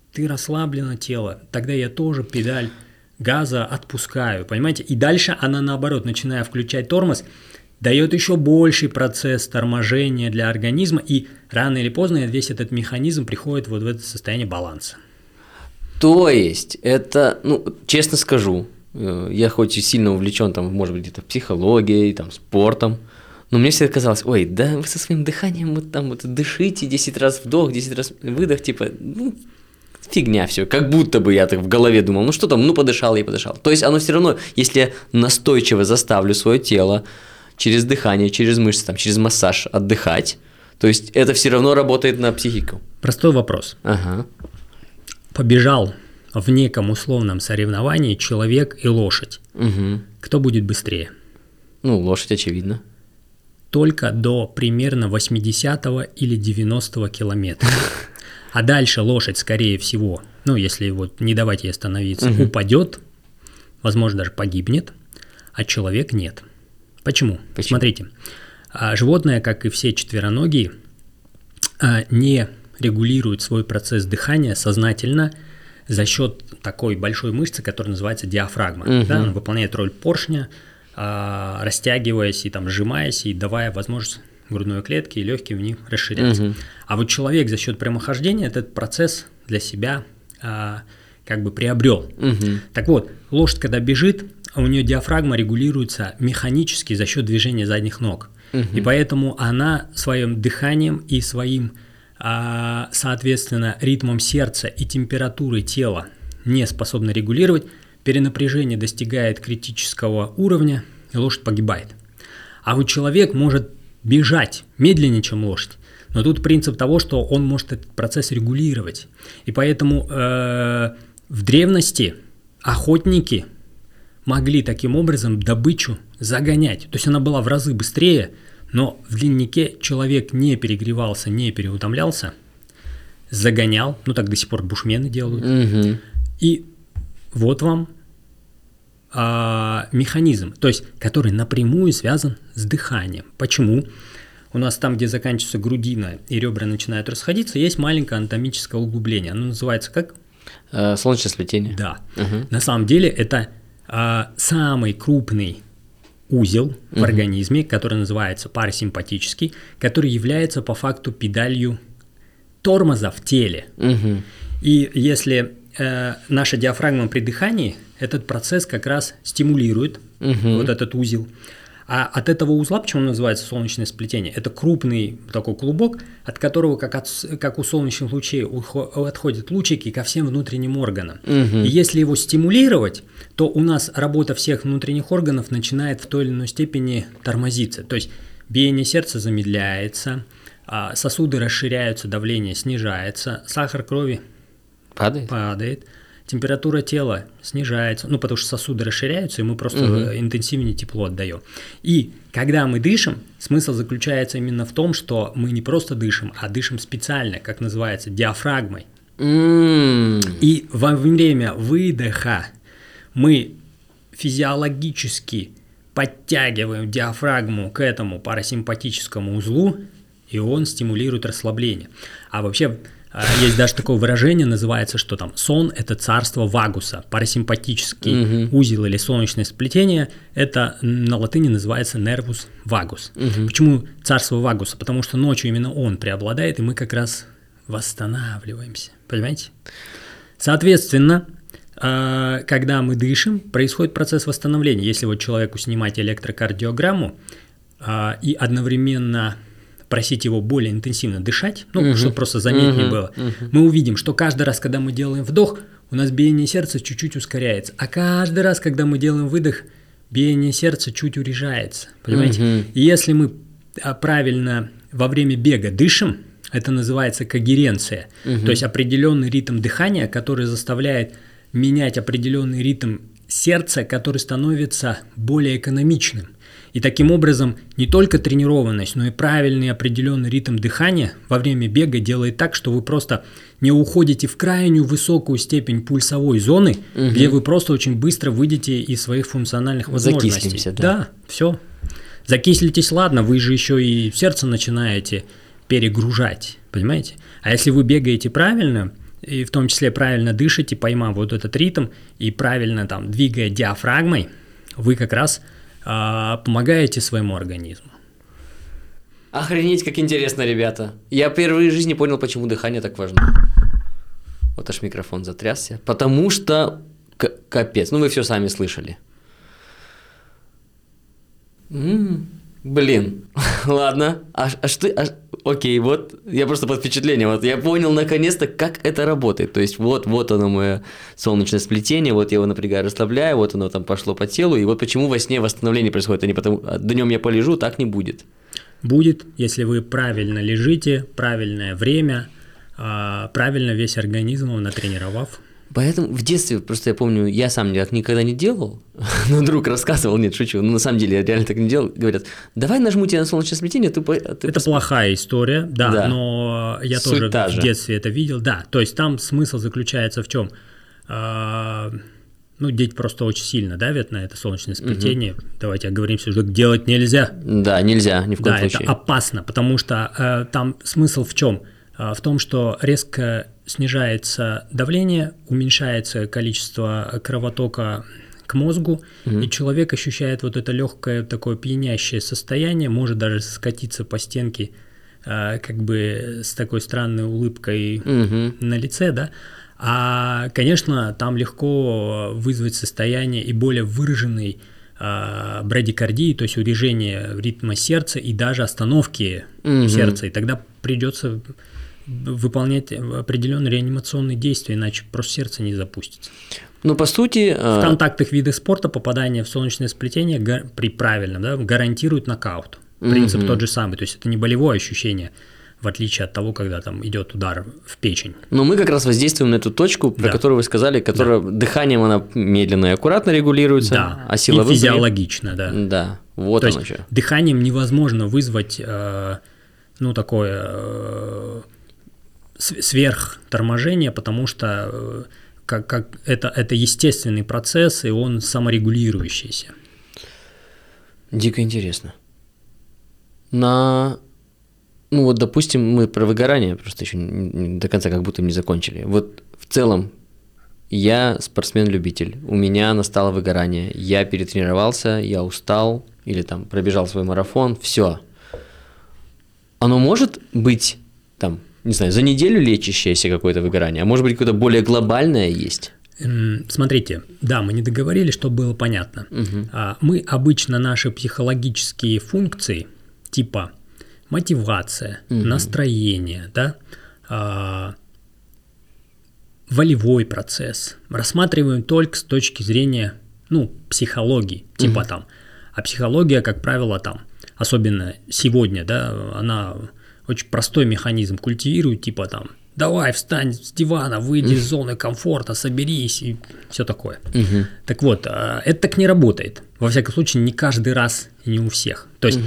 ты расслаблено тело, тогда я тоже педаль газа отпускаю, понимаете? И дальше она наоборот, начиная включать тормоз, дает еще больший процесс торможения для организма, и рано или поздно весь этот механизм приходит вот в это состояние баланса. То есть это, ну, честно скажу, я хоть и сильно увлечен, там, может быть, где-то психологией, там, спортом, но мне всегда казалось, ой, да вы со своим дыханием вот там вот дышите, 10 раз вдох, 10 раз выдох, типа, ну, фигня все, как будто бы я так в голове думал, ну что там, ну подышал и подышал. То есть оно все равно, если я настойчиво заставлю свое тело через дыхание, через мышцы, там, через массаж отдыхать, то есть это все равно работает на психику. Простой вопрос. Ага. Побежал в неком условном соревновании человек и лошадь. Угу. Кто будет быстрее? Ну, лошадь, очевидно. Только до примерно 80-го или 90-го километра. А дальше лошадь, скорее всего, ну, если вот не давать ей остановиться, упадет, возможно, даже погибнет, а человек нет. Почему? Смотрите, животное, как и все четвероногие, не регулирует свой процесс дыхания сознательно за счет такой большой мышцы, которая называется диафрагма. Да, она выполняет роль поршня, растягиваясь и там сжимаясь, и давая возможность грудной клетке и легким в них расширяться. А вот человек за счет прямохождения этот процесс для себя как бы приобрел. Так вот, лошадь, когда бежит, у нее диафрагма регулируется механически за счет движения задних ног. И поэтому она своим дыханием и своим, соответственно, ритмом сердца и температурой тела не способна регулировать. Перенапряжение достигает критического уровня, и лошадь погибает. А вот человек может бежать медленнее, чем лошадь, но тут принцип того, что он может этот процесс регулировать. И поэтому в древности охотники могли таким образом добычу загонять. То есть она была в разы быстрее, но в длиннике человек не перегревался, не переутомлялся, загонял, ну так до сих пор бушмены делают. И вот вам механизм, то есть который напрямую связан с дыханием. Почему? У нас там, где заканчивается грудина и ребра начинают расходиться, есть маленькое анатомическое углубление. Оно называется как? Солнечное сплетение. Да. На самом деле это самый крупный узел в организме, который называется парасимпатический, который является по факту педалью тормоза в теле. И если наша диафрагма при дыхании, этот процесс как раз стимулирует вот этот узел. А от этого узла, почему он называется солнечное сплетение, это крупный такой клубок, от которого, как у солнечных лучей, отходят лучики ко всем внутренним органам. И если его стимулировать, то у нас работа всех внутренних органов начинает в той или иной степени тормозиться. То есть биение сердца замедляется, сосуды расширяются, давление снижается, сахар крови падает. Температура тела снижается, ну, потому что сосуды расширяются, и мы просто интенсивнее тепло отдаем. И когда мы дышим, смысл заключается именно в том, что мы не просто дышим, а дышим специально, как называется, диафрагмой. И во время выдоха мы физиологически подтягиваем диафрагму к этому парасимпатическому узлу, и он стимулирует расслабление. А вообще есть даже такое выражение, называется, что там сон – это царство вагуса, парасимпатический узел или солнечное сплетение – это на латыни называется nervus vagus. Почему царство вагуса? Потому что ночью именно он преобладает, и мы как раз восстанавливаемся, понимаете? Соответственно, когда мы дышим, происходит процесс восстановления. Если вот человеку снимать электрокардиограмму и одновременно просить его более интенсивно дышать, ну, чтобы просто заметнее было, мы увидим, что каждый раз, когда мы делаем вдох, у нас биение сердца чуть-чуть ускоряется, а каждый раз, когда мы делаем выдох, биение сердца чуть урежается, понимаете? И если мы правильно во время бега дышим, это называется когеренция, то есть определенный ритм дыхания, который заставляет менять определенный ритм сердца, который становится более экономичным. И таким образом не только тренированность, но и правильный определенный ритм дыхания во время бега делает так, что вы просто не уходите в крайнюю высокую степень пульсовой зоны, где вы просто очень быстро выйдете из своих функциональных возможностей. Закислимся, да? Да, все. Закислитесь, ладно, вы же еще и сердце начинаете перегружать, понимаете? А если вы бегаете правильно, и в том числе правильно дышите, поймав вот этот ритм и правильно там двигая диафрагмой, вы как раз помогаете своему организму. Охренеть, как интересно, ребята. Я впервые в жизни понял, почему дыхание так важно. Вот аж микрофон затрясся. Потому что капец. Ну, вы все сами слышали. Блин. Ладно. Окей, вот. Я просто под впечатлением. Вот я понял наконец-то, как это работает. То есть, вот оно мое солнечное сплетение. Вот я его напрягаю, расслабляю. Вот оно там пошло по телу. И вот почему во сне восстановление происходит. А не потому, днем я полежу, так не будет. Будет, если вы правильно лежите, правильное время, правильно весь организм натренировав. Поэтому в детстве, просто я помню, я сам так никогда не делал, но друг рассказывал, нет, шучу, но на самом деле я реально так не делал, говорят, давай нажму тебя на солнечное сплетение, Это плохая история, да, но я суть тоже в детстве это видел, да, то есть там смысл заключается в чем? Ну, дети просто очень сильно давят на это солнечное сплетение. Давайте оговоримся, что делать нельзя. Да, нельзя, ни в коем случае. Да, это опасно, потому что там смысл в чем? В том, что резко снижается давление, уменьшается количество кровотока к мозгу, и человек ощущает вот это легкое такое пьянящее состояние, может даже скатиться по стенке как бы с такой странной улыбкой на лице, да. А, конечно, там легко вызвать состояние и более выраженной брадикардии, то есть урежение ритма сердца и даже остановки сердца. И тогда придется выполнять определенные реанимационные действия, иначе просто сердце не запустится. Ну, по сути… В контактных видах спорта попадание в солнечное сплетение при правильном гарантирует нокаут. Принцип тот же самый, то есть это не болевое ощущение, в отличие от того, когда там идет удар в печень. Но мы как раз воздействуем на эту точку, про которую вы сказали, которая дыханием она медленно и аккуратно регулируется, а силовым… И физиологично, да. Да, вот то оно есть что. Дыханием невозможно вызвать, такое сверхторможение, потому что это естественный процесс, и он саморегулирующийся. Дико интересно. Ну вот, допустим, мы про выгорание просто еще до конца как будто не закончили. Вот в целом я спортсмен-любитель, у меня настало выгорание, я перетренировался, я устал или там пробежал свой марафон, все. Оно может быть там, не знаю, за неделю лечащееся какое-то выгорание, а может быть какое-то более глобальное есть? Смотрите, да, мы не договорились, чтобы было понятно. Мы обычно наши психологические функции, типа мотивация, настроение, да, волевой процесс рассматриваем только с точки зрения, психологии, типа там. А психология, как правило, там, особенно сегодня, да, она очень простой механизм культивирует, типа там, давай, встань с дивана, выйди из зоны комфорта, соберись и все такое. Так вот, это так не работает. Во всяком случае, не каждый раз и не у всех. То есть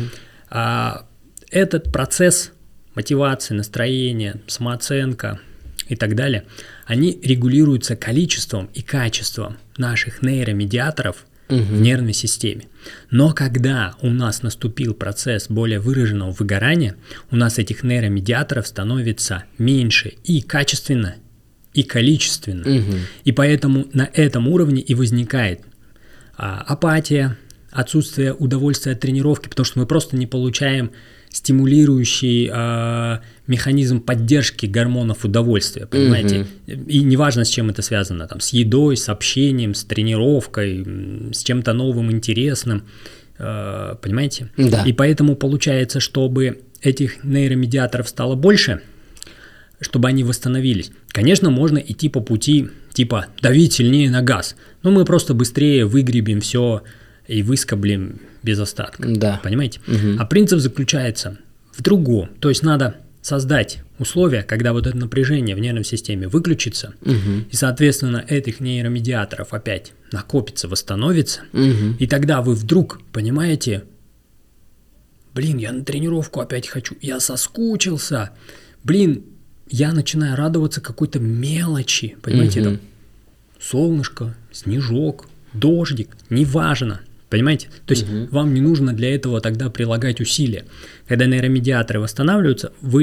этот процесс мотивации, настроения, самооценка и так далее, они регулируются количеством и качеством наших нейромедиаторов в нервной системе. Но когда у нас наступил процесс более выраженного выгорания, у нас этих нейромедиаторов становится меньше и качественно, и количественно. И поэтому на этом уровне и возникает апатия, отсутствие удовольствия от тренировки, потому что мы просто не получаем стимулирующий механизм поддержки гормонов удовольствия, понимаете? И неважно, с чем это связано, там, с едой, с общением, с тренировкой, с чем-то новым, интересным, понимаете? Да. И поэтому получается, чтобы этих нейромедиаторов стало больше, чтобы они восстановились, конечно, можно идти по пути, типа, давить сильнее на газ, но мы просто быстрее выгребем все и выскоблим без остатка, да. Понимаете? А принцип заключается в другом, то есть надо создать условия, когда вот это напряжение в нервной системе выключится, и, соответственно, этих нейромедиаторов опять накопится, восстановится, и тогда вы вдруг понимаете, блин, я на тренировку опять хочу, я соскучился, блин, я начинаю радоваться какой-то мелочи, понимаете, там солнышко, снежок, дождик, неважно. Понимаете? То есть вам не нужно для этого тогда прилагать усилия. Когда нейромедиаторы восстанавливаются, вы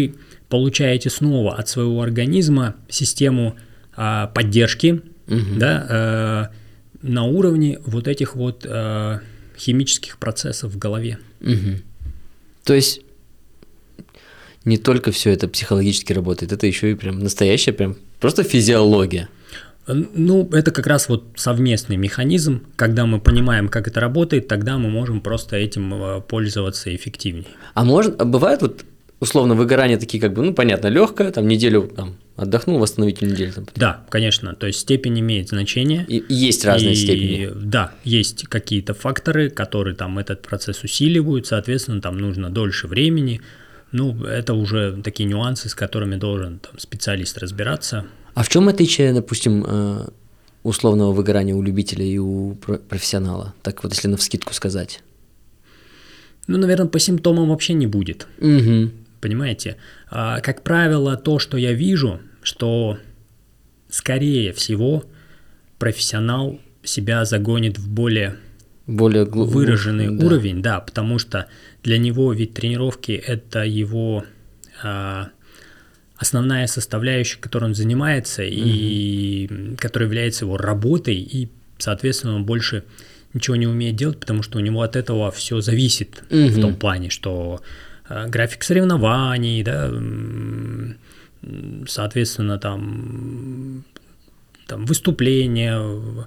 получаете снова от своего организма систему поддержки, да, на уровне вот этих вот химических процессов в голове. То есть не только все это психологически работает, это еще и прям настоящая, прям просто физиология. Ну, это как раз вот совместный механизм. Когда мы понимаем, как это работает, тогда мы можем просто этим пользоваться эффективнее. А бывает вот условно выгорание такие как бы, ну, понятно, легкое, там неделю там, отдохнул, восстановительную неделю. Там. Да, конечно, то есть степень имеет значение. И есть разные степени. Да, есть какие-то факторы, которые там этот процесс усиливают, соответственно, там нужно дольше времени. Ну, это уже такие нюансы, с которыми должен там специалист разбираться. А в чем отличие, допустим, условного выгорания у любителя и у профессионала? Так вот, если навскидку сказать. Ну, наверное, по симптомам вообще не будет. Понимаете? Как правило, то, что я вижу, что, скорее всего, профессионал себя загонит в более выраженный уровень, да, потому что для него вид тренировки – это его основная составляющая, которой он занимается, и которая является его работой, и, соответственно, он больше ничего не умеет делать, потому что у него от этого все зависит в том плане, что график соревнований, да, соответственно, там выступления,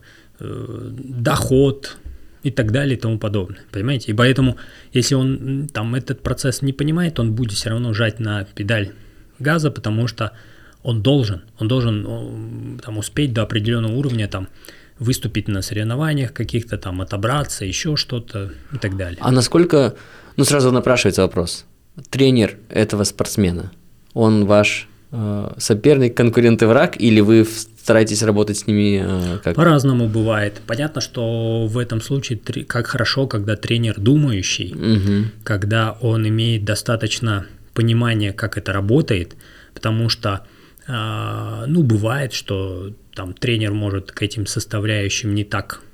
доход и так далее и тому подобное, понимаете? И поэтому, если он там этот процесс не понимает, он будет все равно жать на педаль газа, потому что он должен там успеть до определенного уровня там выступить на соревнованиях каких-то там, отобраться, еще что-то и так далее. А насколько, ну сразу напрашивается вопрос, тренер этого спортсмена, он ваш соперник, конкурент и враг, или вы стараетесь работать с ними как? По-разному бывает. Понятно, что в этом случае как хорошо, когда тренер думающий, когда он имеет достаточно понимания, как это работает, потому что, ну, бывает, что там тренер может к этим составляющим не так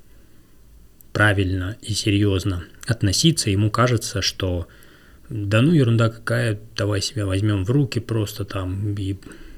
правильно и серьезно относиться, ему кажется, что да ну ерунда какая, давай себя возьмем в руки просто там и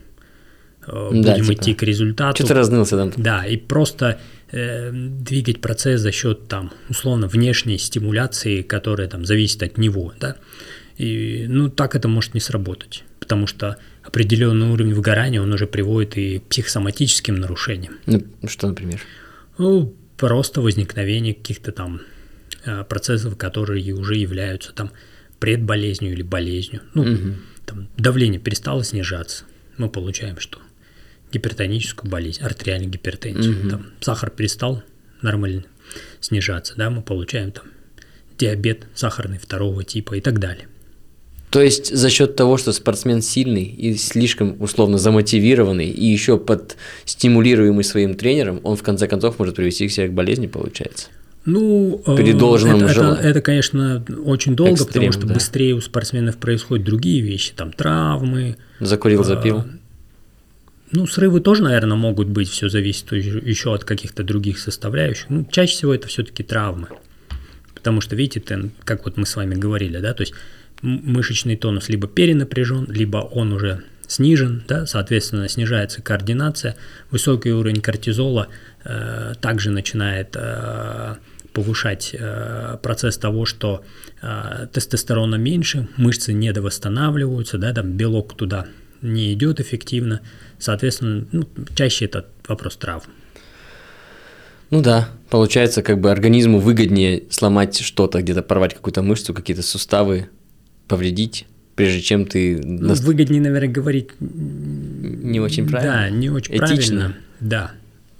будем идти к результату. Что-то разнылся там. Да, и просто двигать процесс за счет там условно внешней стимуляции, которая там зависит от него, да. И, ну, так это может не сработать, потому что определенный уровень выгорания, он уже приводит и к психосоматическим нарушениям. Ну, что, например? Ну, просто возникновение каких-то там процессов, которые уже являются там предболезнью или болезнью. Ну, там давление перестало снижаться, мы получаем что? Гипертоническую болезнь, артериальную гипертензию. Там, сахар перестал нормально снижаться, да, мы получаем там диабет сахарный 2 типа и так далее. То есть за счет того, что спортсмен сильный и слишком условно замотивированный, и еще подстимулируемый своим тренером, он в конце концов может привести себя к болезни, получается? Ну, при должном желании. Это, конечно, очень долго, Экстрем, потому что быстрее у спортсменов происходят другие вещи, там травмы. Закурил, запил. Ну, срывы тоже, наверное, могут быть, все зависит еще от каких-то других составляющих. Ну, чаще всего это все-таки травмы. Потому что, видите, как вот мы с вами говорили, да, то есть мышечный тонус либо перенапряжен, либо он уже снижен, да, соответственно, снижается координация, высокий уровень кортизола также начинает повышать процесс того, что тестостерона меньше, мышцы недовосстанавливаются, да, там белок туда не идет эффективно, соответственно, ну, чаще это вопрос травм. Ну да, получается, как бы организму выгоднее сломать что-то, где-то порвать какую-то мышцу, какие-то суставы, повредить, прежде чем ты… Ну, выгоднее, наверное, говорить… Не очень правильно. Да, не очень этично. Правильно, да.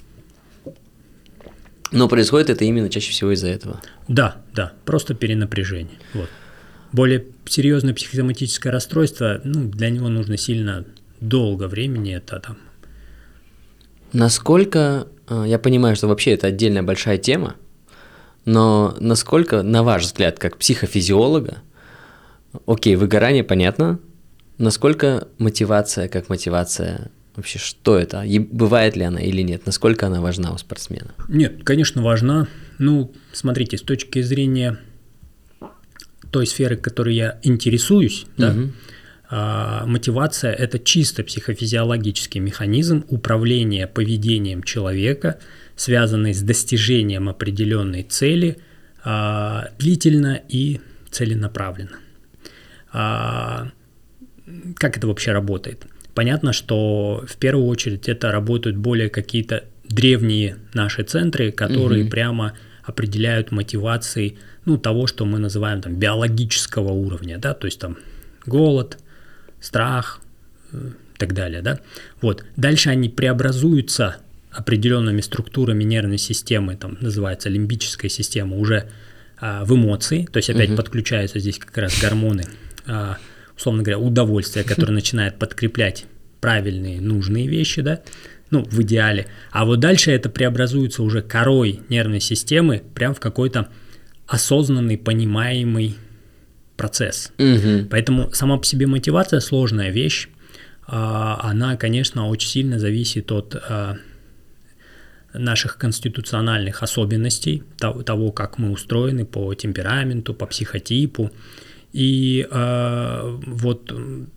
Но происходит это именно чаще всего из-за этого. Да, просто перенапряжение. Вот. Более серьезное психосоматическое расстройство, ну, для него нужно сильно долго времени, это там… Насколько… Я понимаю, что вообще это отдельная большая тема, но насколько, на ваш взгляд, как психофизиолога, окей, выгорание, понятно, насколько мотивация, как мотивация, вообще что это, и бывает ли она или нет, насколько она важна у спортсмена? Нет, конечно, важна. Ну, смотрите, с точки зрения той сферы, которой я интересуюсь, да, мотивация – это чисто психофизиологический механизм управления поведением человека, связанный с достижением определенной цели длительно и целенаправленно. Как это вообще работает? Понятно, что в первую очередь это работают более какие-то древние наши центры, которые прямо определяют мотивации, того, что мы называем там биологического уровня, да, то есть там голод, страх и так далее, да. Вот. Дальше они преобразуются определенными структурами нервной системы, там называется лимбическая система, уже в эмоции, то есть опять подключаются здесь как раз гормоны, условно говоря, удовольствия, которое начинает подкреплять правильные, нужные вещи, да, в идеале. А вот дальше это преобразуется уже корой нервной системы прям в какой-то осознанный, понимаемый процесс. Поэтому сама по себе мотивация сложная вещь. Она, конечно, очень сильно зависит от наших конституциональных особенностей, того, как мы устроены по темпераменту, по психотипу. И вот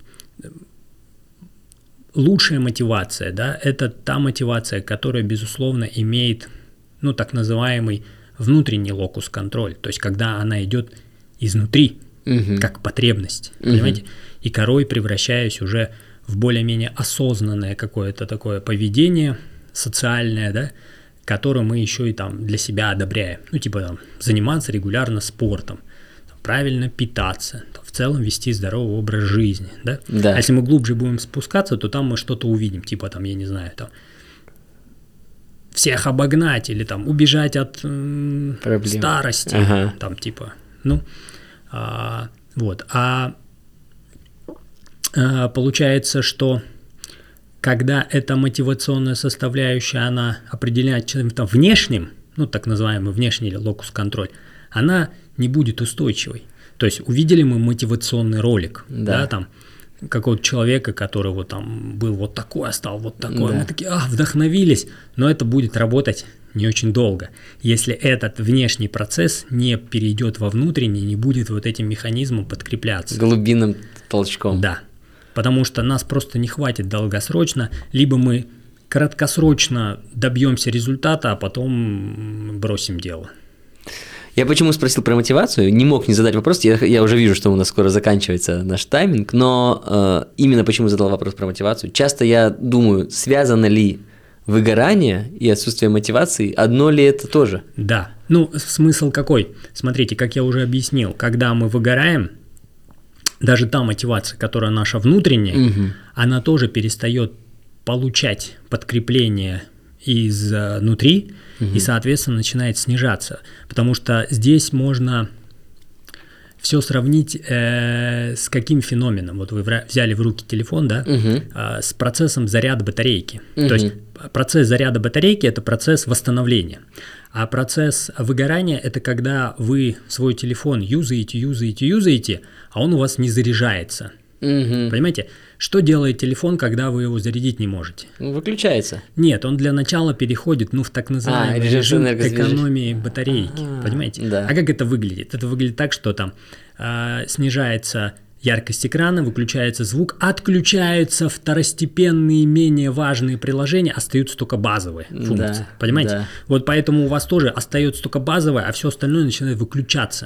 лучшая мотивация, да, это та мотивация, которая, безусловно, имеет, так называемый внутренний локус-контроль, то есть когда она идет изнутри, как потребность, понимаете, и корой превращаясь уже в более-менее осознанное какое-то такое поведение социальное, да, которое мы еще и там для себя одобряем, заниматься регулярно спортом, правильно питаться, в целом вести здоровый образ жизни, да? Да. А если мы глубже будем спускаться, то там мы что-то увидим, я не знаю, всех обогнать или убежать от старости, вот. Получается, что когда эта мотивационная составляющая, она определяет чем-то внешним, так называемый внешний локус-контроль, она не будет устойчивой. То есть увидели мы мотивационный ролик, да, какого-то человека, который был вот такой, а стал вот такой, мы такие, вдохновились, но это будет работать не очень долго, если этот внешний процесс не перейдет во внутренний, не будет вот этим механизмом подкрепляться. Глубинным толчком. Да, потому что нас просто не хватит долгосрочно, либо мы краткосрочно добьемся результата, а потом бросим дело. Я почему спросил про мотивацию, не мог не задать вопрос, я уже вижу, что у нас скоро заканчивается наш тайминг, но именно почему задал вопрос про мотивацию. Часто я думаю, связано ли выгорание и отсутствие мотивации, одно ли это тоже? Да, смысл какой? Смотрите, как я уже объяснил, когда мы выгораем, даже та мотивация, которая наша внутренняя, она тоже перестает получать подкрепление изнутри, и, соответственно, начинает снижаться. Потому что здесь можно все сравнить с каким феноменом. Вот вы взяли в руки телефон, да, с процессом заряда батарейки. То есть процесс заряда батарейки – это процесс восстановления. А процесс выгорания – это когда вы свой телефон юзаете, а он у вас не заряжается. Понимаете? Что делает телефон, когда вы его зарядить не можете? Выключается. Нет, он для начала переходит в так называемый режим экономии батарейки. Понимаете? Да. А как это выглядит? Это выглядит так, что там снижается яркость экрана, выключается звук, отключаются второстепенные, менее важные приложения, остаются только базовые функции. Да, понимаете? Да. Вот поэтому у вас тоже остается только базовое, а все остальное начинает выключаться.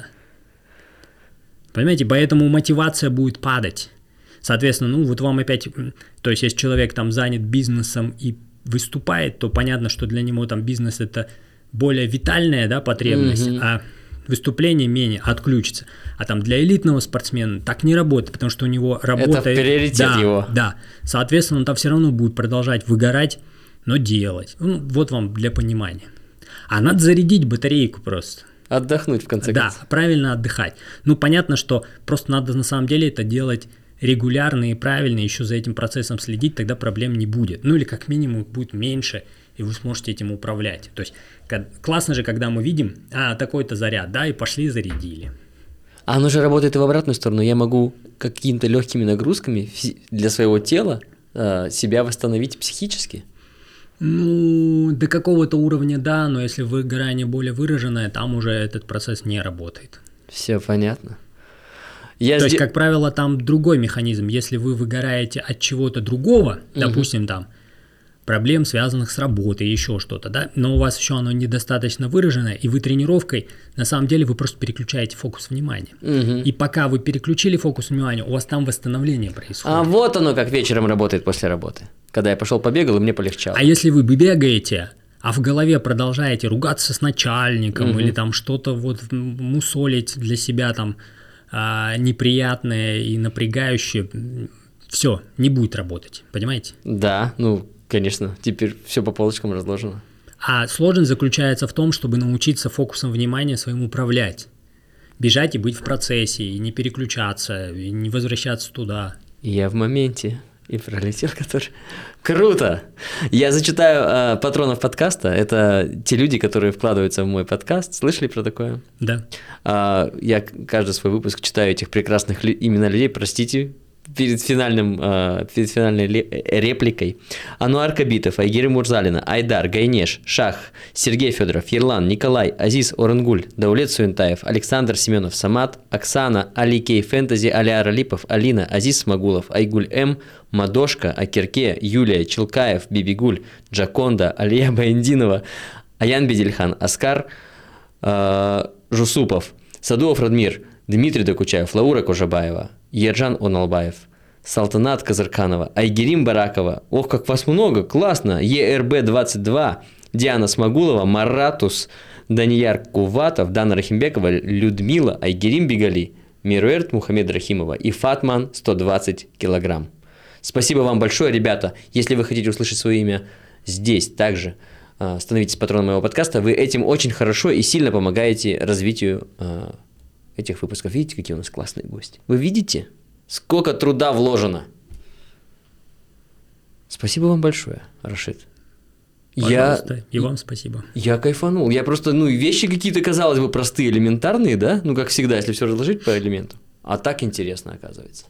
Понимаете? Поэтому мотивация будет падать. Соответственно, вот вам опять, то есть если человек занят бизнесом и выступает, то понятно, что для него бизнес это более витальная, да, потребность, а выступление менее отключится. А для элитного спортсмена так не работает, потому что у него работает... Это приоритет его. Да, соответственно, он там все равно будет продолжать выгорать, но делать. Вот вам для понимания. А надо зарядить батарейку просто. Отдохнуть, в конце концов. Да, правильно отдыхать. Понятно, что просто надо на самом деле это делать регулярно и правильно, еще за этим процессом следить, тогда проблем не будет. Или как минимум будет меньше, и вы сможете этим управлять. То есть классно же, когда мы видим, такой-то заряд, да, и пошли зарядили. А оно же работает и в обратную сторону. Я могу какими-то легкими нагрузками для своего тела себя восстановить психически. До какого-то уровня да, но если выгорание более выраженное, там уже этот процесс не работает. Все понятно. То есть, как правило, там другой механизм. Если вы выгораете от чего-то другого, допустим, там, проблем, связанных с работой, еще что-то, да, но у вас еще оно недостаточно выражено, и вы тренировкой, на самом деле, вы просто переключаете фокус внимания. И пока вы переключили фокус внимания, у вас там восстановление происходит. А вот оно как вечером работает после работы. Когда я пошел побегал, и мне полегчало. А если вы бегаете, а в голове продолжаете ругаться с начальником или там что-то вот мусолить для себя там неприятное и напрягающее, все, не будет работать, понимаете? Да, ну, конечно, теперь все по полочкам разложено. А сложность заключается в том, чтобы научиться фокусом внимания своим управлять. Бежать и быть в процессе, и не переключаться, и не возвращаться туда. Я в моменте. И пролетел, который... Круто! Я зачитаю патронов подкаста. Это те люди, которые вкладываются в мой подкаст. Слышали про такое? Да. Я каждый свой выпуск читаю этих прекрасных имена людей. Простите, перед финальной репликой. Ануар Кабитов, Айгерим Мурзалина, Айдар, Гайнеш, Шах, Сергей Федоров, Ерлан, Николай, Азиз Орангуль, Даулет Суентаев, Александр Семенов, Самат, Оксана, Аликей Фэнтези, Алиар Алипов, Алина, Азиз Смагулов, Айгуль М, Мадошка, Акерке, Юлия, Челкаев, Бибигуль, Джаконда, Алия Баендинова, Аян Бедельхан, Оскар Жусупов, Садуов Радмир, Дмитрий Докучаев, Лаура Кожабаева, Ержан Оналбаев, Салтанат Казарканова, Айгерим Баракова. Ох, как вас много, классно. ЕРБ-22, Диана Смагулова, Маратус, Данияр Куватов, Дана Рахимбекова, Людмила, Айгерим Бегали, Мируэрт Мухаммед Рахимова и Фатман 120 килограмм. Спасибо вам большое, ребята. Если вы хотите услышать свое имя здесь также, становитесь патроном моего подкаста. Вы этим очень хорошо и сильно помогаете развитию этих выпусков. Видите, какие у нас классные гости? Вы видите, сколько труда вложено? Спасибо вам большое, Рашид. Пожалуйста, и вам спасибо. Я кайфанул. Я просто, вещи какие-то, казалось бы, простые, элементарные, да? Ну, как всегда, если все разложить по элементу. А так интересно, оказывается.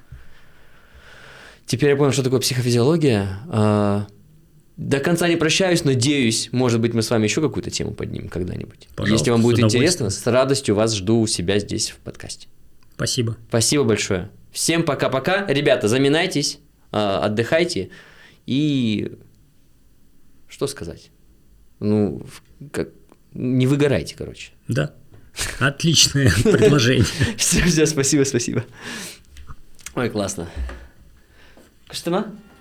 Теперь я понял, что такое психофизиология. До конца не прощаюсь, надеюсь, может быть, мы с вами еще какую-то тему поднимем когда-нибудь. Пожалуйста, если вам будет интересно, с радостью вас жду у себя здесь в подкасте. Спасибо. Спасибо большое. Всем пока-пока. Ребята, заминайтесь, отдыхайте и... Что сказать? Не выгорайте, короче. Да. Отличное предложение. Все, спасибо. Ой, классно. Что,